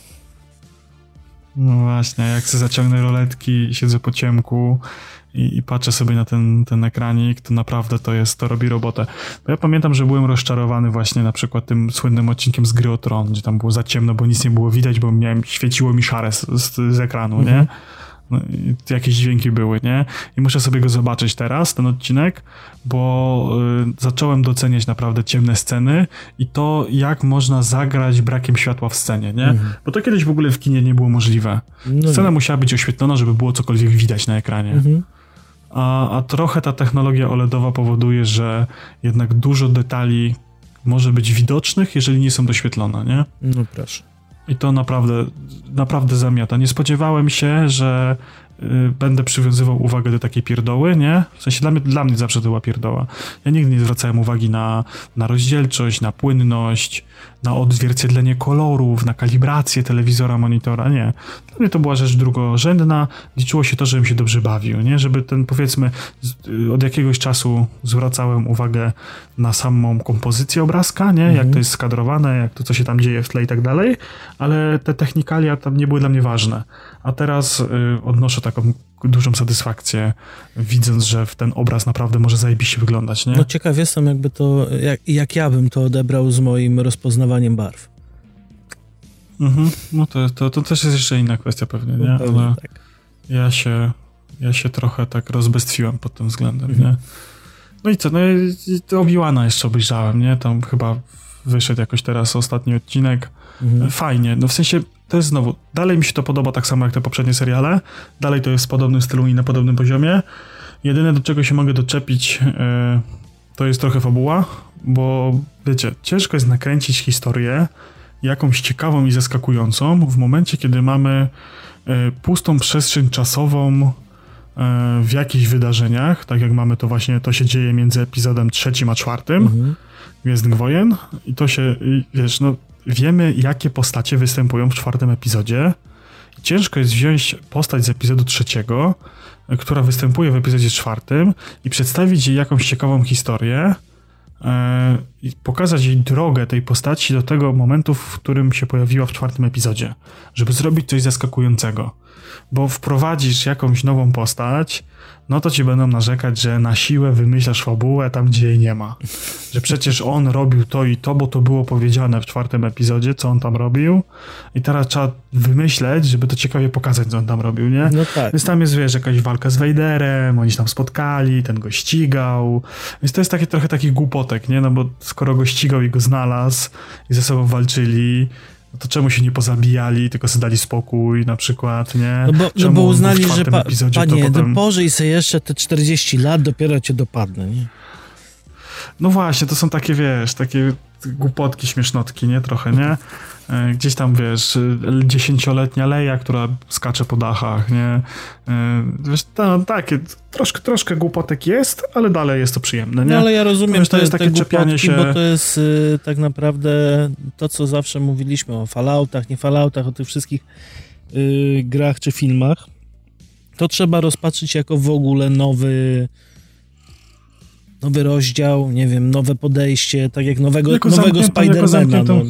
No właśnie, jak sobie zaciągnę roletki i siedzę po ciemku i, i patrzę sobie na ten, ten ekranik, to naprawdę to jest, to robi robotę. Bo ja pamiętam, że byłem rozczarowany właśnie na przykład tym słynnym odcinkiem z Gry o Tron, gdzie tam było za ciemno, bo nic nie było widać, bo miałem, świeciło mi szare z, z, z ekranu, mhm. nie? No, jakieś dźwięki były, nie? I muszę sobie go zobaczyć teraz, ten odcinek, bo y, zacząłem doceniać naprawdę ciemne sceny i to, jak można zagrać brakiem światła w scenie, nie? Mhm. Bo to kiedyś w ogóle w kinie nie było możliwe. No Scena nie. musiała być oświetlona, żeby było cokolwiek widać na ekranie. Mhm. A, a trochę ta technologia OLEDowa powoduje, że jednak dużo detali może być widocznych, jeżeli nie są doświetlone, nie? No proszę. I to naprawdę, naprawdę zamiata. Nie spodziewałem się, że będę przywiązywał uwagę do takiej pierdoły, nie? W sensie dla mnie, dla mnie zawsze to była pierdoła. Ja nigdy nie zwracałem uwagi na, na rozdzielczość, na płynność, na odzwierciedlenie kolorów, na kalibrację telewizora, monitora, nie. Dla mnie to była rzecz drugorzędna. Liczyło się to, żebym się dobrze bawił, nie? Żeby ten, powiedzmy, od jakiegoś czasu zwracałem uwagę na samą kompozycję obrazka, nie? Mhm. Jak to jest skadrowane, jak to, co się tam dzieje w tle i tak dalej, ale te technikalia tam nie były dla mnie ważne. A teraz y, odnoszę taką dużą satysfakcję, widząc, że ten obraz naprawdę może zajebiście wyglądać, nie? No ciekaw jestem, jakby to, jak, jak ja bym to odebrał z moim rozpoznawaniem barw. Mhm. No to, to, to też jest jeszcze inna kwestia pewnie, nie? Pewnie, ale tak. ja się, ja się trochę tak rozbestwiłem pod tym względem, Mhm. nie? No i co, no i Obi-Wana jeszcze obejrzałem, nie? Tam chyba wyszedł jakoś teraz ostatni odcinek. Mhm. Fajnie, no w sensie to jest znowu, dalej mi się to podoba tak samo jak te poprzednie seriale, dalej to jest w podobnym stylu i na podobnym poziomie. Jedyne, do czego się mogę doczepić, yy, to jest trochę fabuła, bo wiecie, ciężko jest nakręcić historię jakąś ciekawą i zaskakującą w momencie, kiedy mamy yy, pustą przestrzeń czasową yy, w jakichś wydarzeniach, tak jak mamy to właśnie, to się dzieje między epizodem trzecim a czwartym mhm. Gwiezdnych Wojen i to się, wiesz, no wiemy, jakie postacie występują w czwartym epizodzie. Ciężko jest wziąć postać z epizodu trzeciego, która występuje w epizodzie czwartym i przedstawić jej jakąś ciekawą historię yy, i pokazać jej drogę tej postaci do tego momentu, w którym się pojawiła w czwartym epizodzie, żeby zrobić coś zaskakującego. Bo wprowadzisz jakąś nową postać, no to ci będą narzekać, że na siłę wymyślasz fabułę tam, gdzie jej nie ma. Że przecież on robił to i to, bo to było powiedziane w czwartym epizodzie, co on tam robił i teraz trzeba wymyśleć, żeby to ciekawie pokazać, co on tam robił, nie? No tak. Więc tam jest, wiesz, jakaś walka z Vaderem, oni się tam spotkali, ten go ścigał, więc to jest takie trochę takich głupotek, nie? No bo skoro go ścigał i go znalazł i ze sobą walczyli, no to czemu się nie pozabijali, tylko sobie dali spokój na przykład, nie? No bo, no bo uznali, że pa, epizodzie, panie, potem... pożyj sobie jeszcze te czterdzieści lat, dopiero cię dopadnę, nie? No właśnie, to są takie, wiesz, takie głupotki, śmiesznotki, nie? Trochę, nie? Gdzieś tam, wiesz, dziesięcioletnia Leia, która skacze po dachach, nie? Wiesz, to, takie, troszkę, troszkę głupotek jest, ale dalej jest to przyjemne, nie? No ale ja rozumiem, wiesz, to jest takie czepianie się... bo to jest y, tak naprawdę to, co zawsze mówiliśmy o Falloutach, nie Falloutach, o tych wszystkich y, grach czy filmach. To trzeba rozpatrzyć jako w ogóle nowy nowy rozdział, nie wiem, nowe podejście, tak jak nowego, nowego Spider-Mana. No.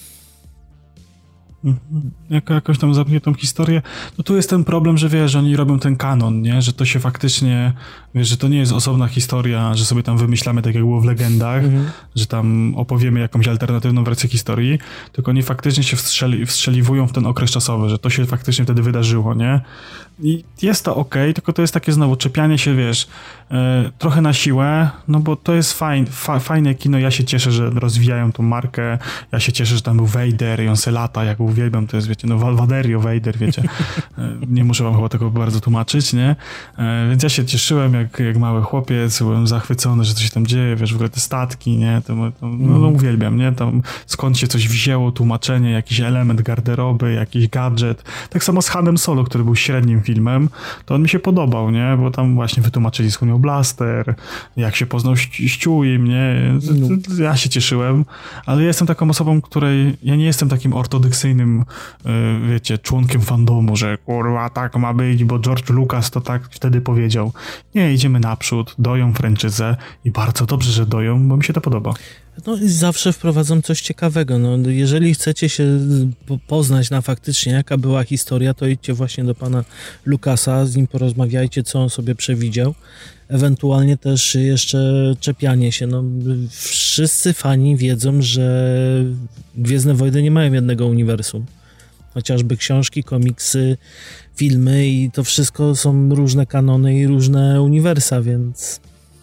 Jako jakąś tam zamkniętą historię, no tu jest ten problem, że wiesz, że oni robią ten kanon, nie? Że to się faktycznie, wiesz, że to nie jest osobna historia, że sobie tam wymyślamy tak jak było w legendach, mhm. że tam opowiemy jakąś alternatywną wersję historii, tylko oni faktycznie się wstrzeli, wstrzeliwują w ten okres czasowy, że to się faktycznie wtedy wydarzyło, nie? I jest to okej, okay, tylko to jest takie znowu czepianie się, wiesz, yy, trochę na siłę, no bo to jest fajn, fa, fajne kino, ja się cieszę, że rozwijają tą markę, ja się cieszę, że tam był Vader i on se lata, jak uwielbiam, to jest, wiecie, no Valvaderio, Vader, wiecie, yy, nie muszę wam chyba tego bardzo tłumaczyć, nie? Yy, więc ja się cieszyłem jak, jak mały chłopiec, byłem zachwycony, że coś się tam dzieje, wiesz, w ogóle te statki, nie? To, to, no, no uwielbiam, nie? Tam skąd się coś wzięło, tłumaczenie, jakiś element garderoby, jakiś gadżet, tak samo z Hanem Solo, który był średnim filmem, to on mi się podobał, nie? Bo tam właśnie wytłumaczyli, skąd miał blaster, jak się poznał Stewie, nie? Ja się cieszyłem, ale ja jestem taką osobą, której ja nie jestem takim ortodoksyjnym, wiecie, członkiem fandomu, że kurwa, tak ma być, bo George Lucas to tak wtedy powiedział. Nie, idziemy naprzód, doją franczyzę i bardzo dobrze, że doją, bo mi się to podoba. No i zawsze wprowadzą coś ciekawego. No, jeżeli chcecie się poznać na faktycznie, jaka była historia, to idźcie właśnie do pana Lucasa, z nim porozmawiajcie, co on sobie przewidział. Ewentualnie też jeszcze czepianie się. No, wszyscy fani wiedzą, że Gwiezdne Wojny nie mają jednego uniwersum. Chociażby książki, komiksy, filmy i to wszystko są różne kanony i różne uniwersa, więc...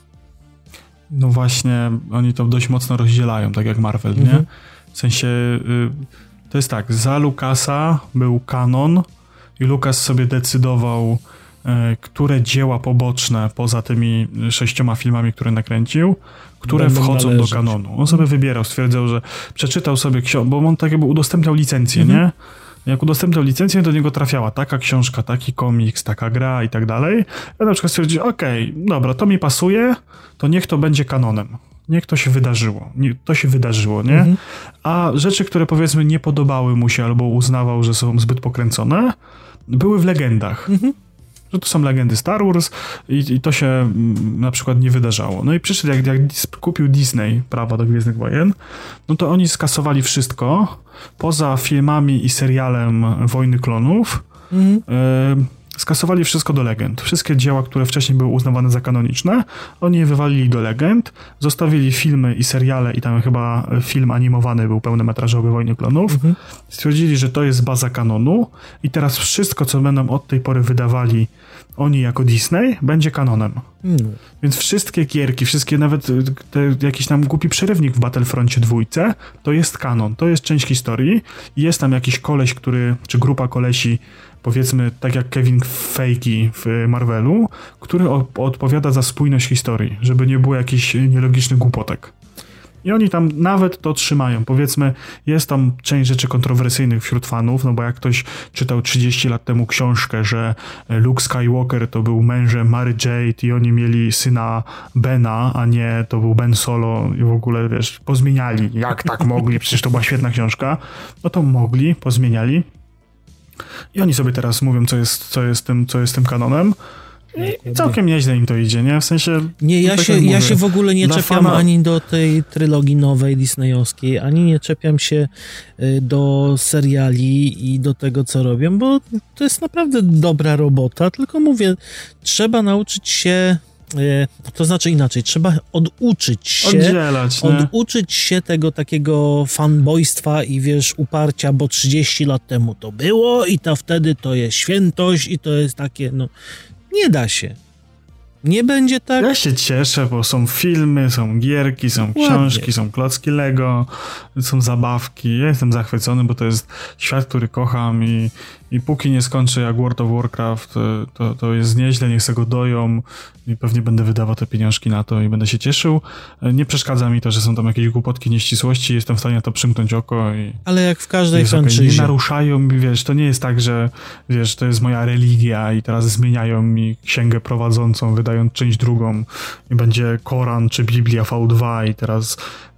No właśnie, oni to dość mocno rozdzielają, tak jak Marvel, mhm. nie? W sensie, y, to jest tak, za Lucasa był kanon i Lucas sobie decydował, y, które dzieła poboczne, poza tymi sześcioma filmami, które nakręcił, które Będą wchodzą należeć. do kanonu. On sobie wybierał, stwierdzał, że przeczytał sobie książkę, bo on tak jakby udostępniał licencję, mhm. nie? Jak udostępniał licencję, do niego trafiała taka książka, taki komiks, taka gra i tak dalej. Ja na przykład stwierdziłem, okej, okay, dobra, to mi pasuje, to niech to będzie kanonem. Niech to się wydarzyło. Nie, to się wydarzyło, nie? Mhm. A rzeczy, które powiedzmy nie podobały mu się albo uznawał, że są zbyt pokręcone, były w legendach. Mhm. Że to są legendy Star Wars i, i to się m, na przykład nie wydarzało. No i przyszedł, jak, jak kupił Disney prawa do Gwiezdnych Wojen, no to oni skasowali wszystko, poza filmami i serialem Wojny Klonów, mhm. y, skasowali wszystko do legend. Wszystkie dzieła, które wcześniej były uznawane za kanoniczne, oni je wywalili do legend, zostawili filmy i seriale i tam chyba film animowany był pełnometrażowy Wojny Klonów. Mhm. Stwierdzili, że to jest baza kanonu i teraz wszystko, co będą od tej pory wydawali oni jako Disney, będzie kanonem. Mhm. Więc wszystkie gierki, wszystkie nawet te, jakiś tam głupi przerywnik w Battlefroncie dwójce, to jest kanon, to jest część historii i jest tam jakiś koleś, który, czy grupa kolesi, powiedzmy tak jak Kevin Feige w Marvelu, który odpowiada za spójność historii, żeby nie było jakichś nielogicznych głupotek. I oni tam nawet to trzymają. Powiedzmy, jest tam część rzeczy kontrowersyjnych wśród fanów, no bo jak ktoś czytał trzydzieści lat temu książkę, że Luke Skywalker to był mężem Mary Jade i oni mieli syna Bena, a nie to był Ben Solo i w ogóle, wiesz, pozmieniali. Jak tak mogli? Przecież to była świetna książka. No to mogli, pozmieniali. I oni sobie teraz mówią, co jest, co jest, tym, co jest tym kanonem. I całkiem nieźle im to idzie, nie? W sensie... Nie, ja, tak się, ja się w ogóle nie czepiam fana... ani do tej trylogii nowej disneyowskiej, ani nie czepiam się do seriali i do tego, co robią, bo to jest naprawdę dobra robota, tylko mówię, trzeba nauczyć się... To znaczy inaczej, trzeba oduczyć się, Oddzielać, oduczyć się tego takiego fanboystwa i wiesz, uparcia, bo trzydzieści lat temu to było i to wtedy to jest świętość i to jest takie, no, nie da się. Nie będzie tak. Ja się cieszę, bo są filmy, są gierki, są Ładnie. książki, są klocki Lego, są zabawki. Ja jestem zachwycony, bo to jest świat, który kocham i, i póki nie skończę jak World of Warcraft, to, to jest nieźle, niech se go doją i pewnie będę wydawał te pieniążki na to i będę się cieszył. Nie przeszkadza mi to, że są tam jakieś głupotki, nieścisłości, jestem w stanie na to przymknąć oko i... Ale jak w każdej franczyzie. Okay. Nie naruszają, wiesz, to nie jest tak, że wiesz, to jest moja religia i teraz zmieniają mi księgę prowadzącą, wydając część drugą i będzie Koran czy Biblia V dwa i teraz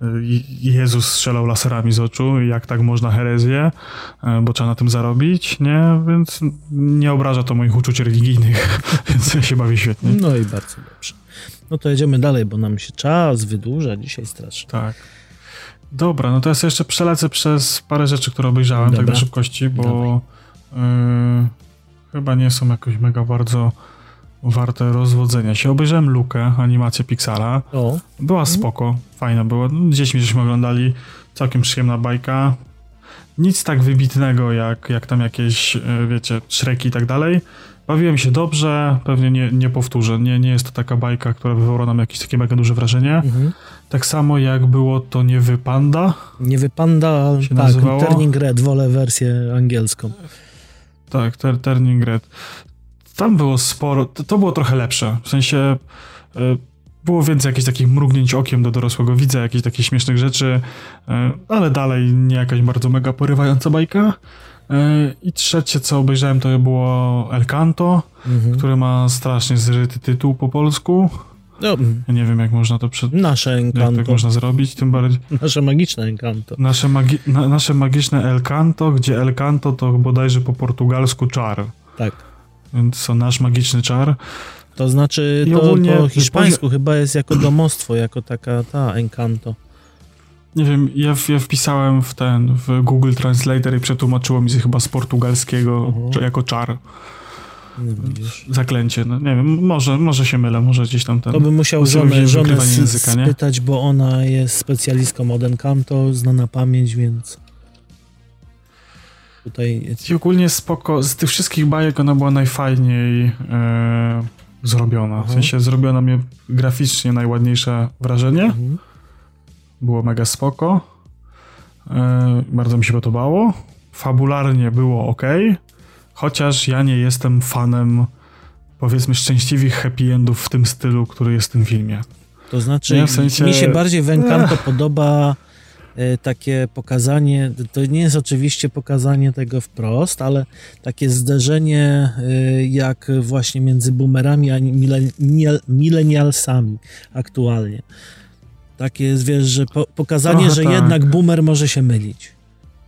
Jezus strzelał laserami z oczu i jak tak można herezję, bo trzeba na tym zarobić, nie? Więc nie obraża to moich uczuć religijnych, więc ja się bawię świetnie. No i bardzo dobrze. No to jedziemy dalej, bo nam się czas wydłuża dzisiaj strasznie. Tak. Dobra, no to ja sobie jeszcze przelecę przez parę rzeczy, które obejrzałem. Dobra. Tak na szybkości, bo yy, chyba nie są jakoś mega bardzo warte rozwodzenia się. Obejrzałem Lukę, animację Pixara. O. Była mhm. spoko, fajna była. Dziećmi żeśmy oglądali, całkiem przyjemna bajka. Nic tak wybitnego jak, jak tam jakieś, wiecie, Shreki i tak dalej. Bawiłem się dobrze, pewnie nie, nie powtórzę. Nie, nie jest to taka bajka, która wywołała nam jakieś takie mega duże wrażenie. Mhm. Tak samo jak było to Niewy Panda. Niewy Panda, się tak, nazywało. Turning Red, wolę wersję angielską. Tak, ter, Turning Red. Tam było sporo, to, to było trochę lepsze. W sensie y, było więcej jakichś takich mrugnięć okiem do dorosłego widza, jakichś takich śmiesznych rzeczy, y, ale dalej nie jakaś bardzo mega porywająca bajka. I trzecie, co obejrzałem, to było Encanto, mhm. które ma strasznie zryty tytuł po polsku. No. Ja nie wiem, jak można to przed... Nasze Encanto. Jak tak można zrobić, tym bardziej... Nasze magiczne Encanto. Nasze, magi... Na, nasze magiczne Encanto, gdzie Encanto to bodajże po portugalsku czar. Tak. Więc to nasz magiczny czar. To znaczy, to ogólnie, po hiszpańsku powie... chyba jest jako domostwo, jako taka ta Encanto. Nie wiem, ja, ja wpisałem w ten, w Google Translator i przetłumaczyło mi się chyba z portugalskiego uh-huh. jako czar. No, zaklęcie, no nie wiem, może, może się mylę, może gdzieś tam ten... To bym musiał żonę, żonę języka, spytać, bo ona jest specjalistką od Encanto, zna na pamięć, więc... Tutaj jest... I ogólnie spoko, z tych wszystkich bajek ona była najfajniej e, zrobiona. Uh-huh. W sensie zrobiona mnie graficznie najładniejsze wrażenie. Uh-huh. Było mega spoko. E, bardzo mi się podobało. Fabularnie było ok. Chociaż ja nie jestem fanem, powiedzmy, szczęśliwych happy endów w tym stylu, który jest w tym filmie. To znaczy, nie, w sensie... mi się bardziej w Encanto Ech. podoba takie pokazanie, to nie jest oczywiście pokazanie tego wprost, ale takie zderzenie jak właśnie między boomerami a milenialsami aktualnie. Takie jest, wiesz, że po, pokazanie, Trochę że tak. jednak boomer może się mylić.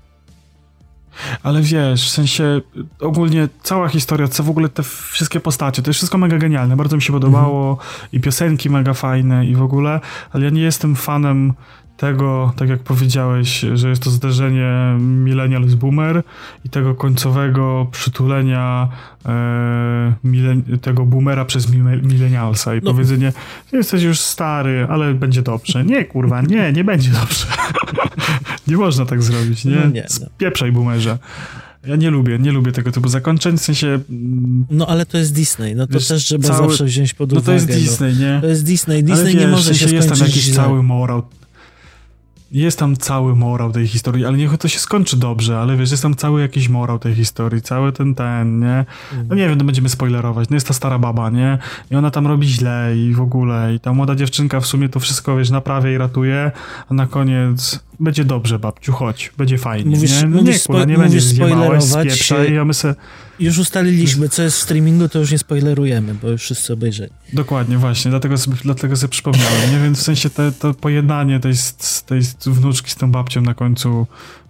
Ale wiesz, w sensie ogólnie cała historia, co w ogóle te wszystkie postacie, to jest wszystko mega genialne, bardzo mi się podobało mhm. i piosenki mega fajne i w ogóle, ale ja nie jestem fanem tego, tak jak powiedziałeś, że jest to zderzenie millennial z boomer i tego końcowego przytulenia e, milen- tego boomera przez millennialsa i no. powiedzenie, jesteś już stary, ale będzie dobrze. Nie, kurwa, nie, nie będzie dobrze. Nie można tak zrobić, nie? No nie no. Spieprzaj, boomerze. Ja nie lubię, nie lubię tego typu zakończeń, w sensie... No ale to jest Disney, no to wiesz, też trzeba cały... zawsze wziąć pod uwagę. No to jest Disney, no. nie? To jest Disney, Disney ale nie wiesz, może się skończyć jest tam jakiś źle. cały morał. Jest tam cały morał tej historii, ale niech to się skończy dobrze, ale wiesz, jest tam cały jakiś morał tej historii, cały ten, ten, nie? No nie wiem, to będziemy spoilerować, no jest ta stara baba, nie? I ona tam robi źle i w ogóle, i ta młoda dziewczynka w sumie to wszystko, wiesz, naprawia i ratuje, a na koniec będzie dobrze, babciu, chodź, będzie fajnie, mówisz, nie? No mówisz nie, kurwa, nie będziesz zjebałeś, spieprzaj, a my se... Już ustaliliśmy, co jest w streamingu, to już nie spoilerujemy, bo już wszyscy obejrzeli. Dokładnie, właśnie, dlatego sobie, dlatego sobie przypomniałem, nie? Więc w sensie te, to pojednanie tej, tej wnuczki z tą babcią na końcu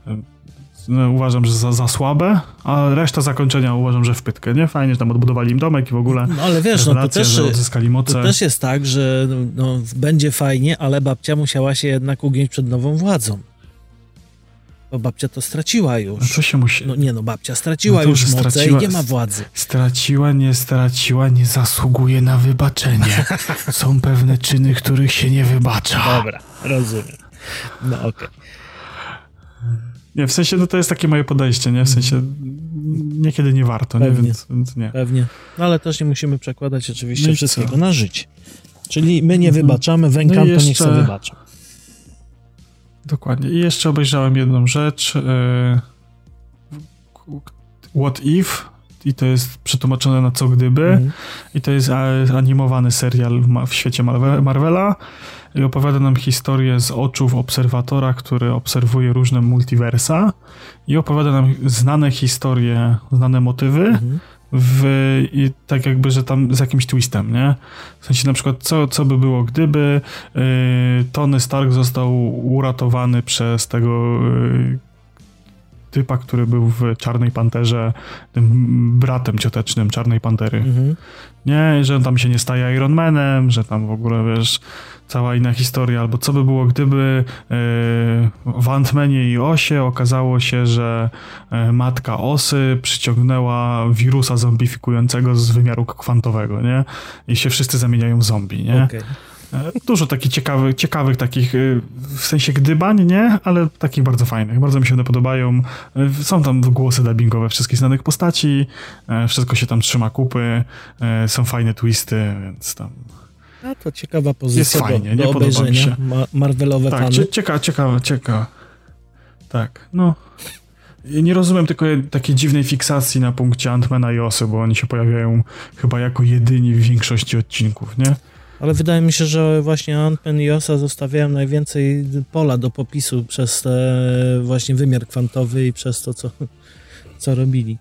no, uważam, że za, za słabe, a reszta zakończenia uważam, że w pytkę, nie? Fajnie, że tam odbudowali im domek i w ogóle no ale wiesz, no to też, odzyskali moce. To też jest tak, że no, będzie fajnie, ale babcia musiała się jednak ugiąć przed nową władzą. Bo babcia to straciła już. No co się musi... No nie no, babcia straciła no już moce straciła, i nie ma władzy. Straciła, nie straciła, nie zasługuje na wybaczenie. Są pewne czyny, których się nie wybacza. Dobra, rozumiem. No okej. Okay. Nie, w sensie, no to jest takie moje podejście, nie? W sensie niekiedy nie warto, pewnie, nie? Więc, więc nie. Pewnie. No ale też nie musimy przekładać oczywiście no wszystkiego co? na życie. Czyli my nie wybaczamy, Wękan no jeszcze... to niech sobie wybacza. Dokładnie. I jeszcze obejrzałem jedną rzecz. What If? I to jest przetłumaczone na co gdyby. Mhm. I to jest animowany serial w świecie Marvela. I opowiada nam historię z oczów obserwatora, który obserwuje różne multiversa. I opowiada nam znane historie, znane motywy. Mhm. W, i tak jakby, że tam z jakimś twistem, nie? W sensie na przykład, co, co by było, gdyby yy, Tony Stark został uratowany przez tego yy, typa, który był w Czarnej Panterze, tym bratem ciotecznym Czarnej Pantery. Mhm. Nie, że on tam się nie staje Iron Manem, że tam w ogóle, wiesz, cała inna historia, albo co by było, gdyby yy, w Ant-Manie i Osie okazało się, że yy, matka Osy przyciągnęła wirusa zombifikującego z wymiaru kwantowego, nie? I się wszyscy zamieniają w zombie, nie? Okay. Dużo takich ciekawych, ciekawych takich, w sensie gdybań, nie? Ale takich bardzo fajnych. Bardzo mi się one podobają. Są tam głosy dubbingowe wszystkich znanych postaci. Wszystko się tam trzyma kupy. Są fajne twisty, więc tam... A to ciekawa pozycja jest fajnie, do, do nie podoba mi się. Ma- Marvelowe tak, fany. Ciekawe, ciekawe, ciekawe. Tak, no... Ja nie rozumiem tylko takiej dziwnej fiksacji na punkcie Ant-Mana i Osy, bo oni się pojawiają chyba jako jedyni w większości odcinków, nie? Ale wydaje mi się, że właśnie Ant-Man i Osa zostawiają najwięcej pola do popisu przez te właśnie wymiar kwantowy i przez to, co, co robili.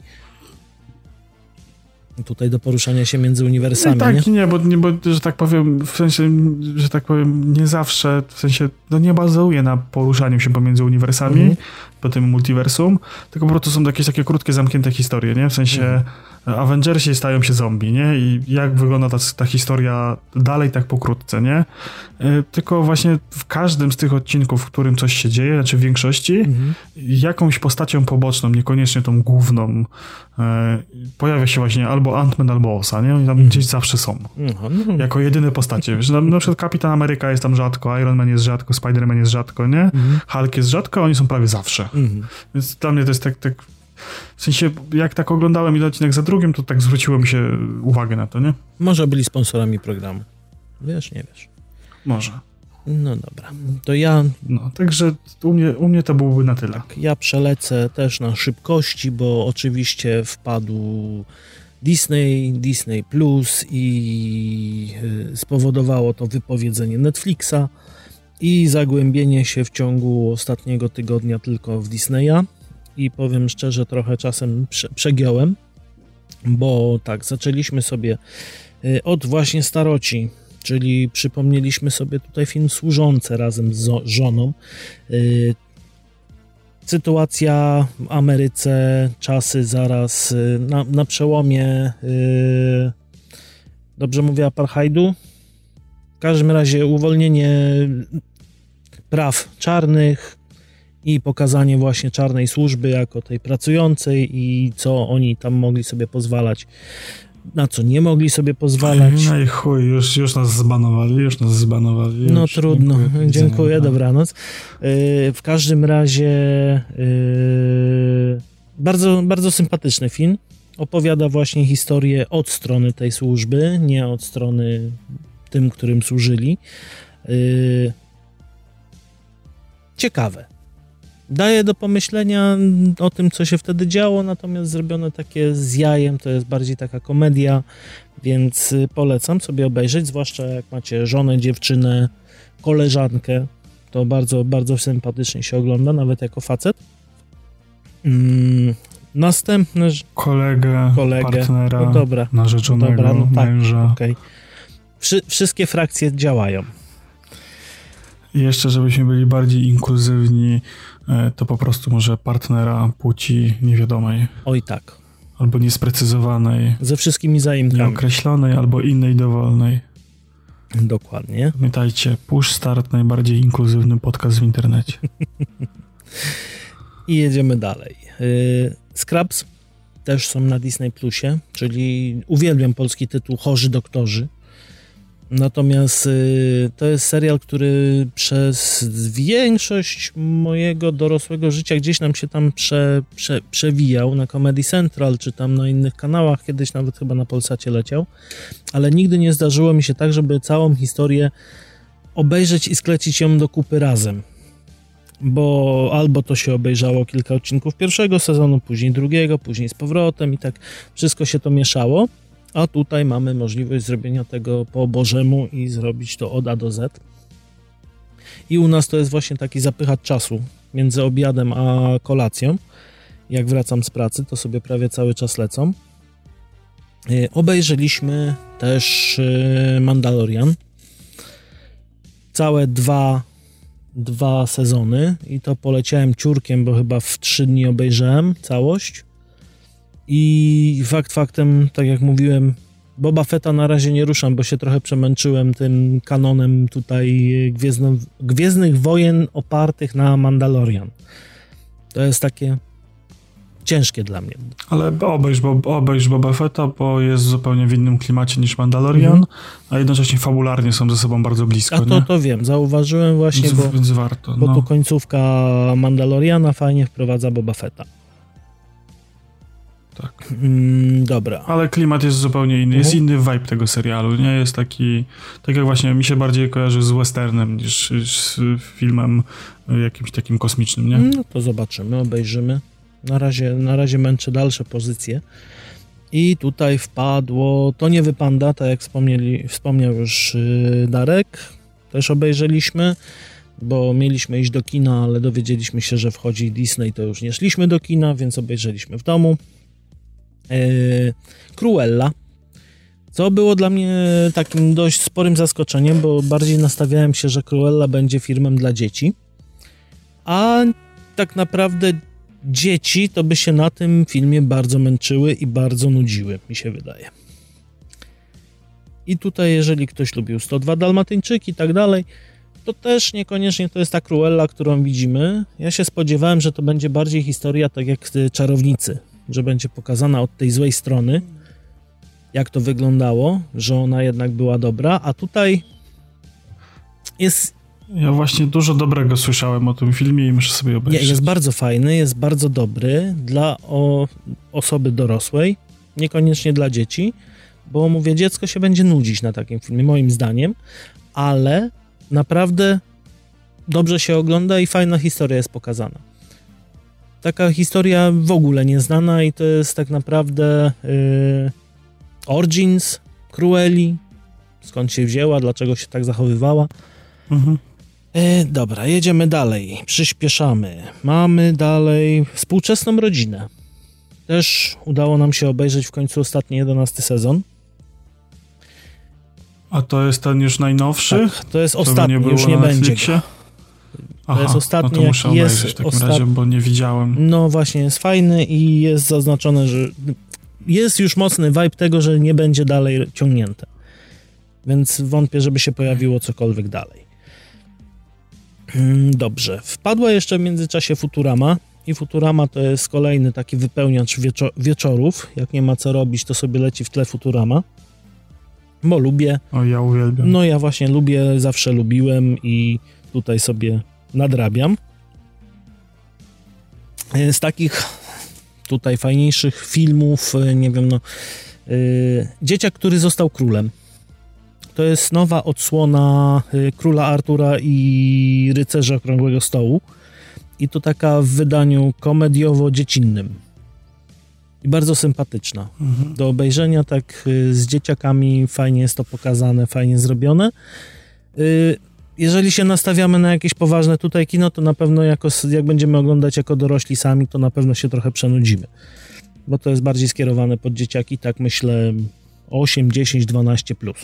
Tutaj do poruszania się między uniwersami, no tak, nie? nie, bo, nie, bo, że tak powiem, w sensie, że tak powiem, nie zawsze, w sensie, no nie bazuje na poruszaniu się pomiędzy uniwersami, mhm. po tym multiversum, tylko po prostu są jakieś takie krótkie, zamknięte historie, nie? W sensie mhm. Avengersi stają się zombie, nie? I jak wygląda ta, ta historia dalej tak pokrótce, nie? Yy, tylko właśnie w każdym z tych odcinków, w którym coś się dzieje, znaczy w większości, mhm. jakąś postacią poboczną, niekoniecznie tą główną, yy, pojawia się właśnie albo Ant-Man, albo Osa, nie? Oni tam mhm. gdzieś zawsze są. Mhm. Jako jedyne postacie. Wiesz, na, na przykład Kapitan Ameryka jest tam rzadko, Iron Man jest rzadko, Spider-Man jest rzadko, nie? Mhm. Hulk jest rzadko, a oni są prawie zawsze. Mhm. Więc dla mnie to jest tak, tak w sensie, jak tak oglądałem jeden odcinek za drugim, to tak zwróciło mi się uwagę na to, nie? Może byli sponsorami programu. Wiesz, nie wiesz. Może. No dobra. To ja... No, także u mnie, u mnie to byłoby na tyle. Tak, ja przelecę też na szybkości, bo oczywiście wpadł Disney, Disney Plus i spowodowało to wypowiedzenie Netflixa. i zagłębienie się w ciągu ostatniego tygodnia tylko w Disneya i powiem szczerze, trochę czasem prze, przegiąłem, bo tak, zaczęliśmy sobie od właśnie staroci, czyli przypomnieliśmy sobie tutaj film Służące razem z żoną. Sytuacja w Ameryce, czasy zaraz na, na przełomie, dobrze mówię, apartheidu. W każdym razie uwolnienie praw czarnych i pokazanie właśnie czarnej służby jako tej pracującej i co oni tam mogli sobie pozwalać, na co nie mogli sobie pozwalać. No i chuj, już, już nas zbanowali, już nas zbanowali. No już, trudno, dziękuję, dziękuję no. dobranoc. Yy, w każdym razie yy, bardzo, bardzo sympatyczny film. Opowiada właśnie historię od strony tej służby, nie od strony tym, którym służyli. Yy, ciekawe. Daje do pomyślenia o tym, co się wtedy działo, natomiast zrobione takie z jajem, to jest bardziej taka komedia, więc polecam sobie obejrzeć, zwłaszcza jak macie żonę, dziewczynę, koleżankę, to bardzo, bardzo sympatycznie się ogląda, nawet jako facet. Mm, następne... Kolegę, kolegę. partnera, no dobra, narzeczonego, dobra, no tak, męża. Okay. Wszy- wszystkie frakcje działają. I jeszcze, żebyśmy byli bardziej inkluzywni, to po prostu może partnera płci niewiadomej. Oj tak. Albo niesprecyzowanej. Ze wszystkimi zaimkami. Nieokreślonej albo innej dowolnej. Dokładnie. Pamiętajcie, Push Start, najbardziej inkluzywny podcast w internecie. I jedziemy dalej. Yy, Scrubs też są na Disney Plusie, czyli uwielbiam polski tytuł Chorzy doktorzy. Natomiast y, to jest serial, który przez większość mojego dorosłego życia gdzieś nam się tam prze, prze, przewijał na Comedy Central, czy tam na innych kanałach, kiedyś nawet chyba na Polsacie leciał, ale nigdy nie zdarzyło mi się tak, żeby całą historię obejrzeć i sklecić ją do kupy razem. Bo albo to się obejrzało kilka odcinków pierwszego sezonu, później drugiego, później z powrotem i tak wszystko się to mieszało. A tutaj mamy możliwość zrobienia tego po Bożemu i zrobić to od A do Z. I u nas to jest właśnie taki zapychacz czasu między obiadem a kolacją. Jak wracam z pracy, to sobie prawie cały czas lecą. Yy, obejrzeliśmy też yy, Mandalorian. Całe dwa, dwa sezony i to poleciałem ciurkiem, bo chyba w trzy dni obejrzałem całość. I fakt faktem, tak jak mówiłem, Boba Fetta na razie nie ruszam, bo się trochę przemęczyłem tym kanonem tutaj Gwiezdno, Gwiezdnych Wojen opartych na Mandalorian. To jest takie ciężkie dla mnie. Ale obejrz, bo, obejrz Boba Fetta, bo jest zupełnie w innym klimacie niż Mandalorian, mhm. a jednocześnie fabularnie są ze sobą bardzo blisko. A to, nie? to wiem, zauważyłem właśnie, więc, bo, więc warto, bo no. tu końcówka Mandaloriana fajnie wprowadza Boba Fetta. Tak. Mm, dobra. Ale klimat jest zupełnie inny. Mhm. Jest inny vibe tego serialu. Nie jest taki, tak jak właśnie mi się bardziej kojarzy z westernem niż z filmem jakimś takim kosmicznym, nie? No to zobaczymy, obejrzymy. Na razie, na razie męczę dalsze pozycje. I tutaj wpadło To nie wypanda, tak jak wspomnieli, wspomniał już yy, Darek. Też obejrzeliśmy, bo mieliśmy iść do kina, ale dowiedzieliśmy się, że wchodzi Disney, to już nie szliśmy do kina, więc obejrzeliśmy w domu. Yy, Cruella, co było dla mnie takim dość sporym zaskoczeniem, bo bardziej nastawiałem się, że Cruella będzie filmem dla dzieci, a tak naprawdę dzieci to by się na tym filmie bardzo męczyły i bardzo nudziły, mi się wydaje. I tutaj, jeżeli ktoś lubił sto dwa Dalmatyńczyki i tak dalej, to też niekoniecznie to jest ta Cruella, którą widzimy. Ja się spodziewałem, że to będzie bardziej historia tak jak Czarownicy, że będzie pokazana od tej złej strony, jak to wyglądało, że ona jednak była dobra, a tutaj jest... Ja właśnie dużo dobrego słyszałem o tym filmie i muszę sobie obejrzeć. Nie, jest bardzo fajny, jest bardzo dobry dla o, osoby dorosłej, niekoniecznie dla dzieci, bo mówię, dziecko się będzie nudzić na takim filmie, moim zdaniem, ale naprawdę dobrze się ogląda i fajna historia jest pokazana. Taka historia w ogóle nieznana i to jest tak naprawdę yy, origins Cruelli, skąd się wzięła, dlaczego się tak zachowywała. Mhm. E, dobra, jedziemy dalej, przyspieszamy. Mamy dalej Współczesną rodzinę. Też udało nam się obejrzeć w końcu ostatni jedenasty sezon. A to jest ten już najnowszy? Tak, to jest ostatni, nie już nie będzie. Aha, to jest ostatni, no to muszę jak obejrzeć jest w takim osta... razie, bo nie widziałem. No właśnie, jest fajny i jest zaznaczone, że jest już mocny vibe tego, że nie będzie dalej ciągnięte. Więc wątpię, żeby się pojawiło cokolwiek dalej. Dobrze. Wpadła jeszcze w międzyczasie Futurama i Futurama to jest kolejny taki wypełniacz wieczo- wieczorów. Jak nie ma co robić, to sobie leci w tle Futurama. Bo lubię. O, ja uwielbiam. No ja właśnie lubię, zawsze lubiłem i tutaj sobie nadrabiam. Z takich tutaj fajniejszych filmów, nie wiem, no yy, Dzieciak, który został królem. To jest nowa odsłona y, Króla Artura i Rycerza Okrągłego Stołu. I to taka w wydaniu komediowo-dziecinnym. I bardzo sympatyczna. Mhm. Do obejrzenia tak y, z dzieciakami fajnie jest to pokazane, fajnie zrobione. Y, jeżeli się nastawiamy na jakieś poważne tutaj kino, to na pewno jako, jak będziemy oglądać jako dorośli sami, to na pewno się trochę przenudzimy. Bo to jest bardziej skierowane pod dzieciaki, tak myślę osiem, dziesięć, dwanaście plus.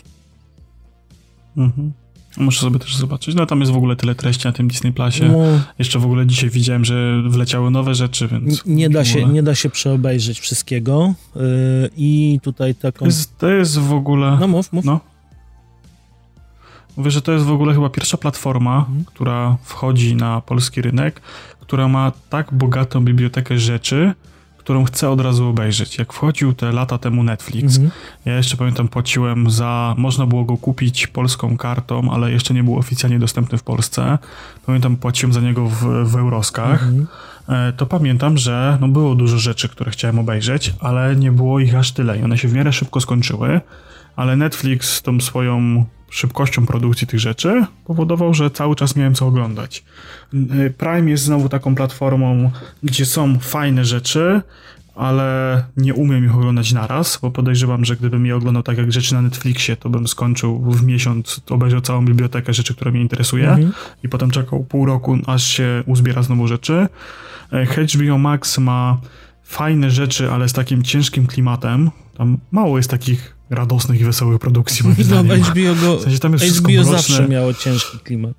Mhm. Muszę sobie też zobaczyć. No tam jest w ogóle tyle treści na tym Disney Plusie. No, jeszcze w ogóle dzisiaj widziałem, że wleciały nowe rzeczy, więc... Nie da się, nie da się przeobejrzeć wszystkiego. Yy, I tutaj taką... To jest, to jest w ogóle... No mów, mów. No. Mówię, że to jest w ogóle chyba pierwsza platforma, mhm. która wchodzi na polski rynek, która ma tak bogatą bibliotekę rzeczy, którą chcę od razu obejrzeć. Jak wchodził te lata temu Netflix, mhm. ja jeszcze pamiętam, płaciłem za... Można było go kupić polską kartą, ale jeszcze nie był oficjalnie dostępny w Polsce. Pamiętam, płaciłem za niego w, w euroskach. Mhm. E, to pamiętam, że no było dużo rzeczy, które chciałem obejrzeć, ale nie było ich aż tyle. I one się w miarę szybko skończyły, ale Netflix tą swoją szybkością produkcji tych rzeczy powodował, że cały czas miałem co oglądać. Prime jest znowu taką platformą, gdzie są fajne rzeczy, ale nie umiem ich oglądać naraz, bo podejrzewam, że gdybym je oglądał tak jak rzeczy na Netflixie, to bym skończył w miesiąc, obejrzał całą bibliotekę rzeczy, które mnie interesuje mhm. i potem czekał pół roku, aż się uzbiera znowu rzeczy. H B O Max ma fajne rzeczy, ale z takim ciężkim klimatem. Tam mało jest takich radosnych i wesołych produkcji, moim zdaniem. No, H B O, go, w sensie tam jest H B O zawsze miało ciężki klimat.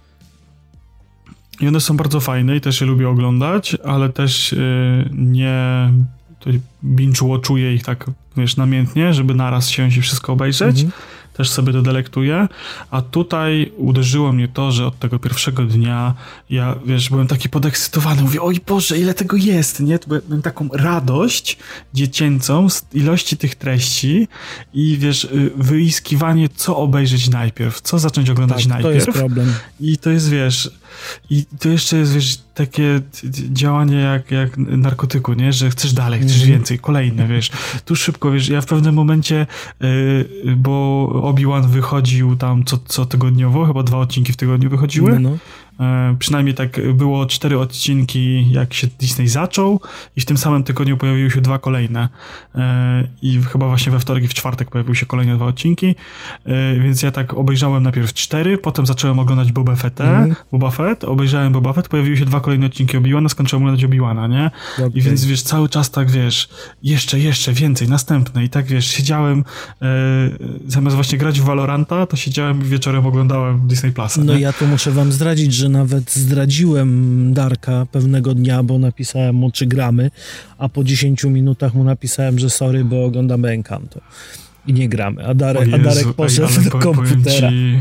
I one są bardzo fajne i też je lubię oglądać, ale też yy, nie binge-watchuję ich tak, wiesz, namiętnie, żeby naraz się i wszystko obejrzeć. Mhm. Też sobie to delektuję. A tutaj uderzyło mnie to, że od tego pierwszego dnia ja, wiesz, byłem taki podekscytowany. Mówię, oj Boże, ile tego jest, nie? Byłem taką radość dziecięcą z ilości tych treści i, wiesz, wyiskiwanie, co obejrzeć najpierw, co zacząć oglądać tak, najpierw. To jest problem. I to jest, wiesz... I to jeszcze jest, wiesz, takie działanie jak, jak narkotyku, nie? Że chcesz dalej, chcesz więcej, kolejne, wiesz. Tu szybko, wiesz, ja w pewnym momencie, yy, bo Obi-Wan wychodził tam co, co tygodniowo, chyba dwa odcinki w tygodniu wychodziły. No, no. Yy, przynajmniej tak było cztery odcinki, jak się Disney zaczął i w tym samym tygodniu pojawiły się dwa kolejne. Yy, I chyba właśnie we wtorek i w czwartek pojawiły się kolejne dwa odcinki. Yy, więc ja tak obejrzałem najpierw cztery, potem zacząłem oglądać Boba Fettę, mm. Boba Fett, obejrzałem Boba Fett, pojawiły się dwa kolejne odcinki Obi-Wana, skończyłem oglądać Obi-Wana, nie? Okay. I więc, wiesz, cały czas tak, wiesz, jeszcze, jeszcze więcej, następne i tak, wiesz, siedziałem yy, zamiast właśnie grać w Valoranta, to siedziałem i wieczorem oglądałem Disney Plusa. No nie? ja tu muszę wam zdradzić, że nawet zdradziłem Darka pewnego dnia, bo napisałem mu, czy gramy, a po dziesięciu minutach mu napisałem, że sorry, bo oglądamy Encanto i nie gramy, a Darek, Jezu, a Darek poszedł ej, do po, komputera. Powiem ci,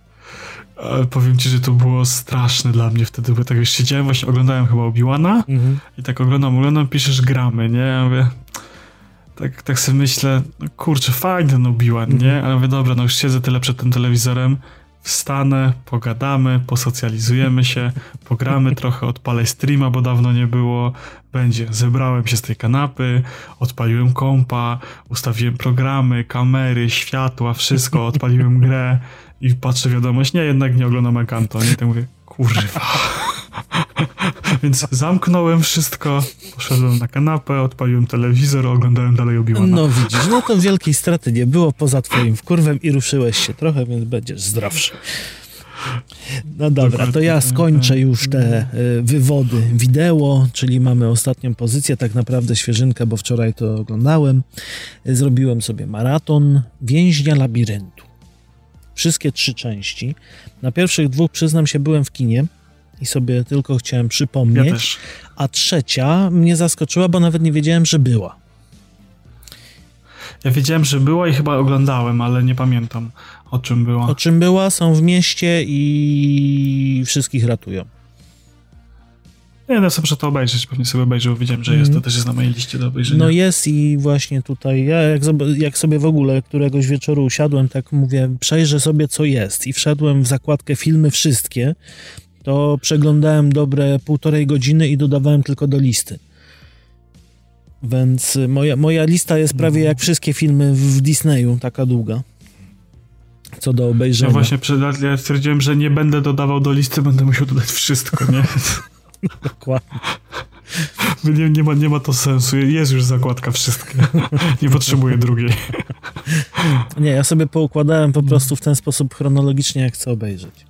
ale powiem ci, że to było straszne dla mnie wtedy, bo tak już siedziałem, właśnie oglądałem chyba Obi-Wana mhm. i tak oglądam, oglądam, piszesz gramy, nie? Ja mówię, tak, tak sobie myślę, no kurczę, fajny ten Obi-Wan, mhm. nie? Ale mówię, dobra, no już siedzę tyle przed tym telewizorem, wstanę, pogadamy, posocjalizujemy się, pogramy trochę, odpalę streama, bo dawno nie było, będzie. Zebrałem się z tej kanapy, odpaliłem kompa, ustawiłem programy, kamery, światła, wszystko, odpaliłem grę i patrzę wiadomość, nie, jednak nie oglądam Encanto, nie? To mówię, kurwa. Więc zamknąłem wszystko, poszedłem na kanapę, odpaliłem telewizor, oglądałem dalej Obi-Wana. No widzisz, no to wielkiej straty nie było poza twoim wkurwem i ruszyłeś się trochę, więc będziesz zdrowszy. No dobra, to ja skończę już te y, wywody wideo, czyli mamy ostatnią pozycję, tak naprawdę świeżynkę, bo wczoraj to oglądałem. Zrobiłem sobie maraton Więźnia Labiryntu. Wszystkie trzy części. Na pierwszych dwóch, przyznam się, byłem w kinie i sobie tylko chciałem przypomnieć. Ja też. A trzecia mnie zaskoczyła, bo nawet nie wiedziałem, że była. Ja wiedziałem, że była i chyba oglądałem, ale nie pamiętam, o czym była. O czym była? Są w mieście i wszystkich ratują. Nie, no sobie to obejrzeć, pewnie sobie obejrzę, bo wiedziałem, że jest, to też jest na mojej liście do obejrzenia. No jest i właśnie tutaj, ja jak, jak sobie w ogóle któregoś wieczoru usiadłem, tak mówię, przejrzę sobie co jest i wszedłem w zakładkę filmy wszystkie, to przeglądałem dobre półtorej godziny i dodawałem tylko do listy. Więc moja, moja lista jest prawie jak wszystkie filmy w Disneyu, taka długa. Co do obejrzenia. Ja właśnie przed, ja stwierdziłem, że nie będę dodawał do listy, będę musiał dodać wszystko, nie? Dokładnie. Nie, nie, ma, nie ma to sensu. Jest już zakładka wszystkie. Nie potrzebuję drugiej. Nie, ja sobie poukładałem po prostu w ten sposób chronologicznie, jak chcę obejrzeć.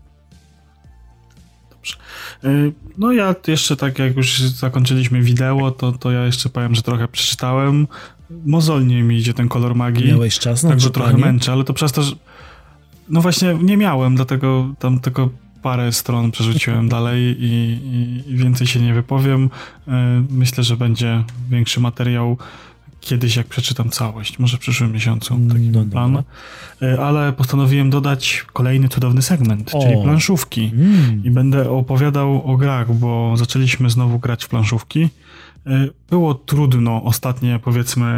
Dobrze. No ja jeszcze tak jak już zakończyliśmy wideo, to, to ja jeszcze powiem, że trochę przeczytałem. Mozolnie mi idzie ten kolor magii. Miałeś czas na tak go czytanie? trochę męczę, ale to przez to, że no właśnie nie miałem, dlatego tam tylko parę stron przerzuciłem dalej i, i, i więcej się nie wypowiem. Myślę, że będzie większy materiał kiedyś, jak przeczytam całość. Może w przyszłym miesiącu. Taki no, plan. no. Ale postanowiłem dodać kolejny cudowny segment, O. czyli planszówki. Mm. I będę opowiadał o grach, bo zaczęliśmy znowu grać w planszówki. Było trudno ostatnie, powiedzmy,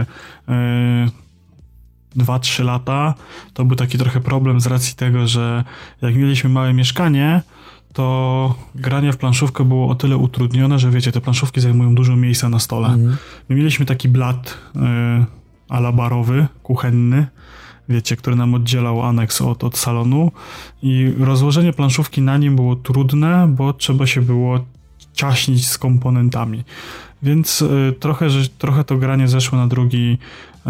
dwa trzy lata. To był taki trochę problem z racji tego, że jak mieliśmy małe mieszkanie, to granie w planszówkę było o tyle utrudnione, że wiecie, te planszówki zajmują dużo miejsca na stole. Mm. My mieliśmy taki blat y, ala barowy, kuchenny, wiecie, który nam oddzielał aneks od, od salonu i rozłożenie planszówki na nim było trudne, bo trzeba się było ciaśnić z komponentami. Więc y, trochę, że, trochę to granie zeszło na drugi y,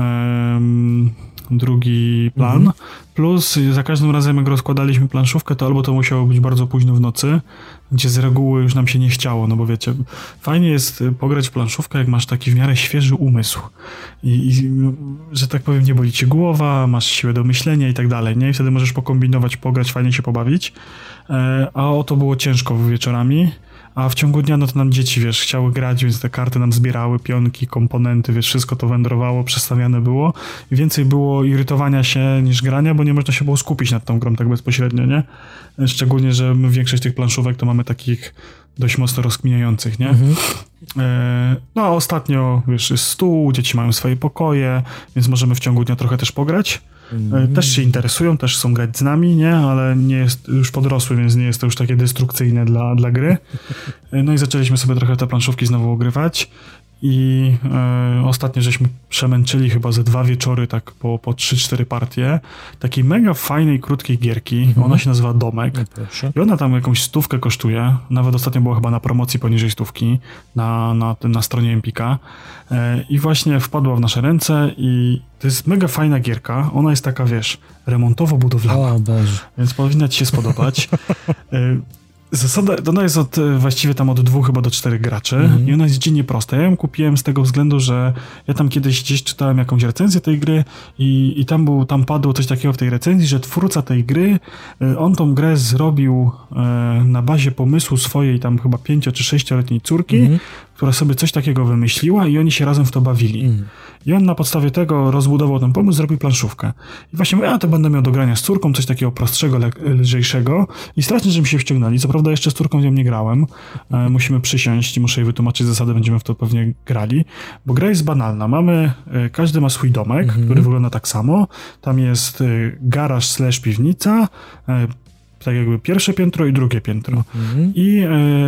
drugi plan, mhm. plus za każdym razem jak rozkładaliśmy planszówkę, to albo to musiało być bardzo późno w nocy, gdzie z reguły już nam się nie chciało, no bo wiecie, fajnie jest pograć w planszówkę, jak masz taki w miarę świeży umysł i, i że tak powiem, nie boli ci głowa, masz siłę do myślenia i tak dalej, nie? I wtedy możesz pokombinować, pograć, fajnie się pobawić, a o to było ciężko wieczorami. A w ciągu dnia, no to nam dzieci, wiesz, chciały grać, więc te karty nam zbierały, pionki, komponenty, wiesz, wszystko to wędrowało, przestawiane było i więcej było irytowania się niż grania, bo nie można się było skupić nad tą grą tak bezpośrednio, nie? Szczególnie, że my większość tych planszówek to mamy takich dość mocno rozkminiających, nie? Mhm. E, no a ostatnio, wiesz, jest stół, dzieci mają swoje pokoje, więc możemy w ciągu dnia trochę też pograć. Mm. Też się interesują, też chcą grać z nami, nie? Ale nie jest już podrosły, więc nie jest to już takie destrukcyjne dla, dla gry. No i zaczęliśmy sobie trochę te planszówki znowu ogrywać i e, ostatnio żeśmy przemęczyli chyba ze dwa wieczory tak po, po trzy cztery partie takiej mega fajnej, krótkiej gierki. Mm. Ona się nazywa Domek. No, i ona tam jakąś stówkę kosztuje. Nawet ostatnio była chyba na promocji poniżej stówki na, na, na stronie Empika. E, I właśnie wpadła w nasze ręce i to jest mega fajna gierka. Ona jest taka, wiesz, remontowo-budowlana. O Boże. Więc powinna ci się spodobać. e, Zasada, ona jest od, właściwie tam od dwóch chyba do czterech graczy mm-hmm. i ona jest dziwnie prosta. Ja ją kupiłem z tego względu, że ja tam kiedyś gdzieś czytałem jakąś recenzję tej gry i, i tam, był, tam padło coś takiego w tej recenzji, że twórca tej gry, on tą grę zrobił e, na bazie pomysłu swojej tam chyba pięcio czy sześcioletniej córki, mm-hmm. która sobie coś takiego wymyśliła i oni się razem w to bawili. Mm. I on na podstawie tego rozbudował ten pomysł, zrobił planszówkę. I właśnie mówię, a to będę miał do grania z córką, coś takiego prostszego, le- lżejszego. I strasznie, że mi się wściągnęli. Co prawda jeszcze z córką nią nie grałem. E, musimy przysiąść i muszę jej wytłumaczyć zasady, będziemy w to pewnie grali. Bo gra jest banalna. Mamy, e, każdy ma swój domek, mm-hmm. który wygląda tak samo. Tam jest e, garaż slash piwnica, e, tak jakby pierwsze piętro i drugie piętro. Mm-hmm. I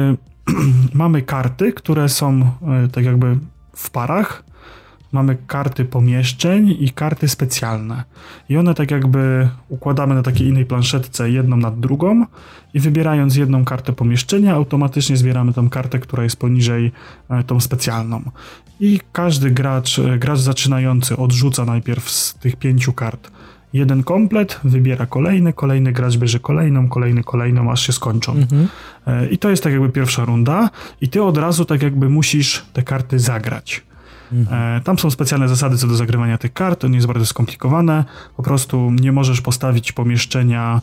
e, mamy karty, które są e, tak jakby w parach. Mamy karty pomieszczeń i karty specjalne. I one tak jakby układamy na takiej innej planszetce jedną nad drugą i wybierając jedną kartę pomieszczenia, automatycznie zbieramy tą kartę, która jest poniżej tą specjalną. I każdy gracz, gracz zaczynający odrzuca najpierw z tych pięciu kart jeden komplet, wybiera kolejny, kolejny gracz bierze kolejną, kolejny, kolejną, aż się skończą. Mhm. I to jest tak jakby pierwsza runda i ty od razu tak jakby musisz te karty zagrać. Mhm. Tam są specjalne zasady co do zagrywania tych kart, to nie jest bardzo skomplikowane, po prostu nie możesz postawić pomieszczenia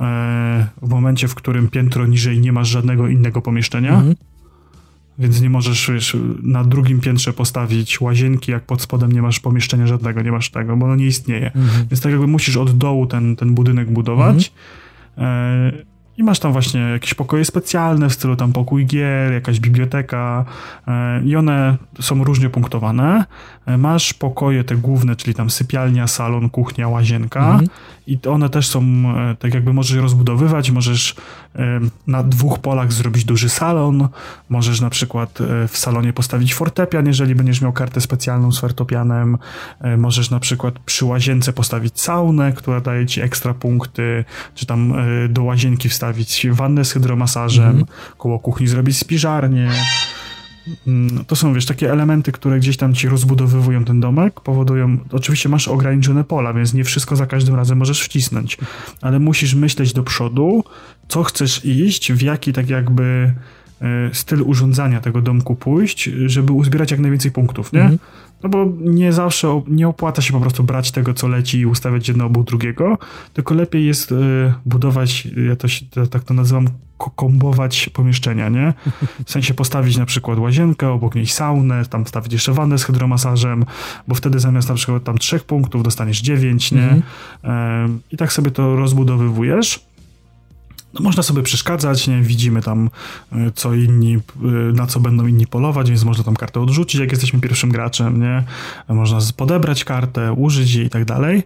w momencie, w którym piętro niżej nie masz żadnego innego pomieszczenia. Mhm. Więc nie możesz wiesz, na drugim piętrze postawić łazienki, jak pod spodem nie masz pomieszczenia żadnego, nie masz tego, bo ono nie istnieje. Mhm. Więc tak jakby musisz od dołu ten, ten budynek budować. Mhm. E, I masz tam właśnie jakieś pokoje specjalne w stylu tam pokój gier, jakaś biblioteka e, i one są różnie punktowane. E, masz pokoje te główne, czyli tam sypialnia, salon, kuchnia, łazienka mhm. i one też są, e, tak jakby możesz je rozbudowywać, możesz e, na dwóch polach zrobić duży salon, możesz na przykład e, w salonie postawić fortepian, jeżeli będziesz miał kartę specjalną z fortepianem, e, możesz na przykład przy łazience postawić saunę, która daje ci ekstra punkty, czy tam e, do łazienki wstawić wannę z hydromasażem, mhm. koło kuchni zrobić spiżarnię. To są, wiesz, takie elementy, które gdzieś tam ci rozbudowywują ten domek, powodują, oczywiście masz ograniczone pola, więc nie wszystko za każdym razem możesz wcisnąć, ale musisz myśleć do przodu, co chcesz iść, w jaki tak jakby styl urządzania tego domku pójść, żeby uzbierać jak najwięcej punktów, nie? Mhm. No bo nie zawsze, nie opłaca się po prostu brać tego, co leci i ustawiać jedno obok drugiego, tylko lepiej jest y, budować, ja to się, to, tak to nazywam, kombować pomieszczenia, nie? W sensie postawić na przykład łazienkę, obok niej saunę, tam stawić jeszcze wannę z hydromasażem, bo wtedy zamiast na przykład tam trzech punktów dostaniesz dziewięć, nie? Mhm. Y, I tak sobie to rozbudowywujesz. No, można sobie przeszkadzać, nie? Widzimy tam, co inni, na co będą inni polować, więc można tam kartę odrzucić, jak jesteśmy pierwszym graczem, nie? Można podebrać kartę, użyć jej i tak dalej.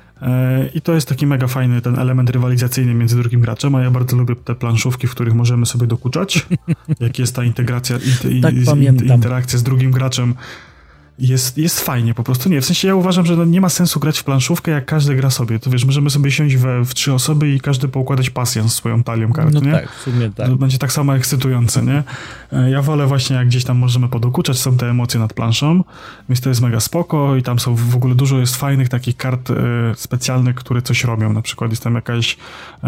I to jest taki mega fajny ten element rywalizacyjny między drugim graczem, a ja bardzo lubię te planszówki, w których możemy sobie dokuczać, jak jest ta integracja, i, tak i, interakcja z drugim graczem. Jest, jest fajnie po prostu. Nie, w sensie ja uważam, że no nie ma sensu grać w planszówkę, jak każdy gra sobie. To wiesz, możemy sobie siąść we, w trzy osoby i każdy poukładać pasjans swoją talią kart, no nie? tak, w sumie tak. To będzie tak samo ekscytujące, nie? Ja wolę właśnie, jak gdzieś tam możemy podokuczać, są te emocje nad planszą, więc to jest mega spoko i tam są w ogóle dużo jest fajnych takich kart e, specjalnych, które coś robią. Na przykład jest tam jakaś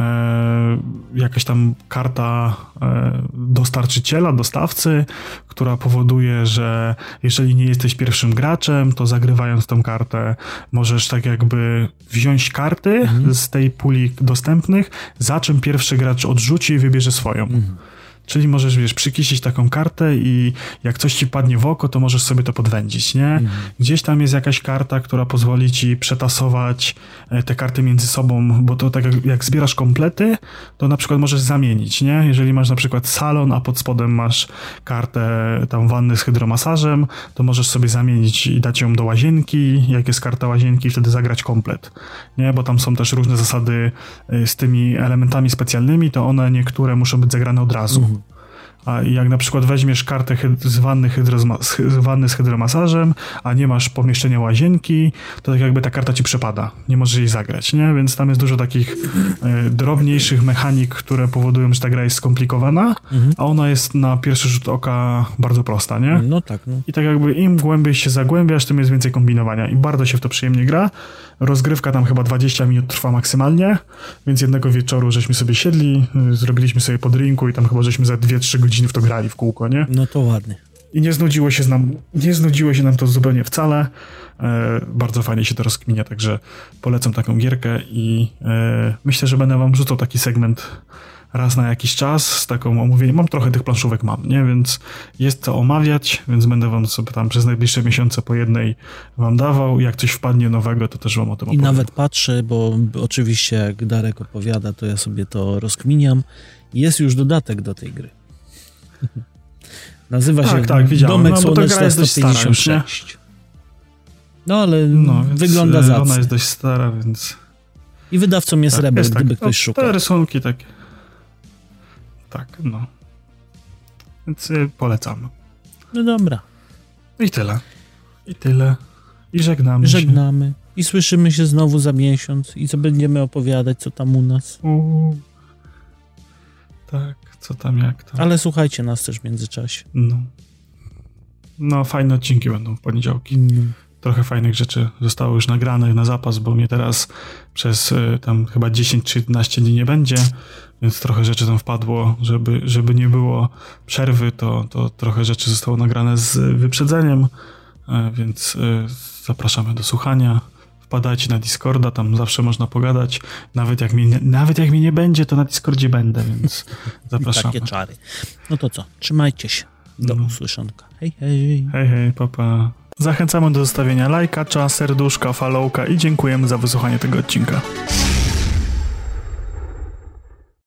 e, jakaś tam karta e, dostarczyciela, dostawcy, która powoduje, że jeżeli nie jesteś pierwszym graczem, to zagrywając tą kartę możesz tak jakby wziąć karty mhm. z tej puli dostępnych, za czym pierwszy gracz odrzuci i wybierze swoją. Mhm. Czyli możesz, wiesz, przykisić taką kartę i jak coś ci padnie w oko, to możesz sobie to podwędzić, nie? Mhm. Gdzieś tam jest jakaś karta, która pozwoli ci przetasować te karty między sobą, bo to tak jak, jak zbierasz komplety, to na przykład możesz zamienić, nie? Jeżeli masz na przykład salon, a pod spodem masz kartę tam wanny z hydromasażem, to możesz sobie zamienić i dać ją do łazienki, jak jest karta łazienki, wtedy zagrać komplet, nie? Bo tam są też różne zasady z tymi elementami specjalnymi, to one niektóre muszą być zagrane od razu. Mhm. A jak na przykład weźmiesz kartę hyd- z, wanny hydrozma- z wanny z hydromasażem, a nie masz pomieszczenia łazienki, to tak jakby ta karta ci przepada. Nie możesz jej zagrać, nie? Więc tam jest dużo takich y, drobniejszych mechanik, które powodują, że ta gra jest skomplikowana, mhm. a ona jest na pierwszy rzut oka bardzo prosta, nie? No tak, no. I tak jakby im głębiej się zagłębiasz, tym jest więcej kombinowania i bardzo się w to przyjemnie gra. Rozgrywka tam chyba dwadzieścia minut trwa maksymalnie, więc jednego wieczoru żeśmy sobie siedli, y, zrobiliśmy sobie po drinku i tam chyba żeśmy za dwie trzy godziny w to grali w kółko, nie? No to ładnie. I nie znudziło się nam, nie znudziło się nam to zupełnie wcale. E, bardzo fajnie się to rozkminia, także polecam taką gierkę i e, myślę, że będę wam rzucał taki segment raz na jakiś czas z taką omówieniem. Mam trochę tych planszówek mam, nie? Więc jest co omawiać, więc będę wam sobie tam przez najbliższe miesiące po jednej wam dawał. Jak coś wpadnie nowego, to też wam o tym I opowiem. nawet patrzę, bo oczywiście jak Darek opowiada, to ja sobie to rozkminiam. Jest już dodatek do tej gry. Nazywa tak, się tak, Domek no, Słoneczny sto pięćdziesiąt sześć. No ale no, wygląda zacnie. Ona jest dość stara, więc... I wydawcą jest tak, Rebel, jest gdyby tak. ktoś no, szukał. Te rysunki takie. Tak, no. Więc y, polecam. No dobra. I tyle. I tyle. I żegnamy Żegnamy. się. I słyszymy się znowu za miesiąc. I co będziemy opowiadać, co tam u nas. U, tak, co tam, jak tam. Ale słuchajcie nas też w międzyczasie. No. No, fajne odcinki będą w poniedziałki. Mm. trochę fajnych rzeczy zostało już nagranych na zapas, bo mnie teraz przez tam chyba dziesięć czy jedenaście dni nie będzie, więc trochę rzeczy tam wpadło, żeby, żeby nie było przerwy, to, to trochę rzeczy zostało nagrane z wyprzedzeniem, więc zapraszamy do słuchania. Wpadajcie na Discorda, tam zawsze można pogadać. Nawet jak mnie, nawet jak mnie nie będzie, to na Discordzie będę, więc zapraszamy. Takie czary. No to co? Trzymajcie się. Do no. usłyszonka. Hej, hej. Hej, hej, papa. Zachęcamy do zostawienia lajka, serduszka, followka i dziękujemy za wysłuchanie tego odcinka.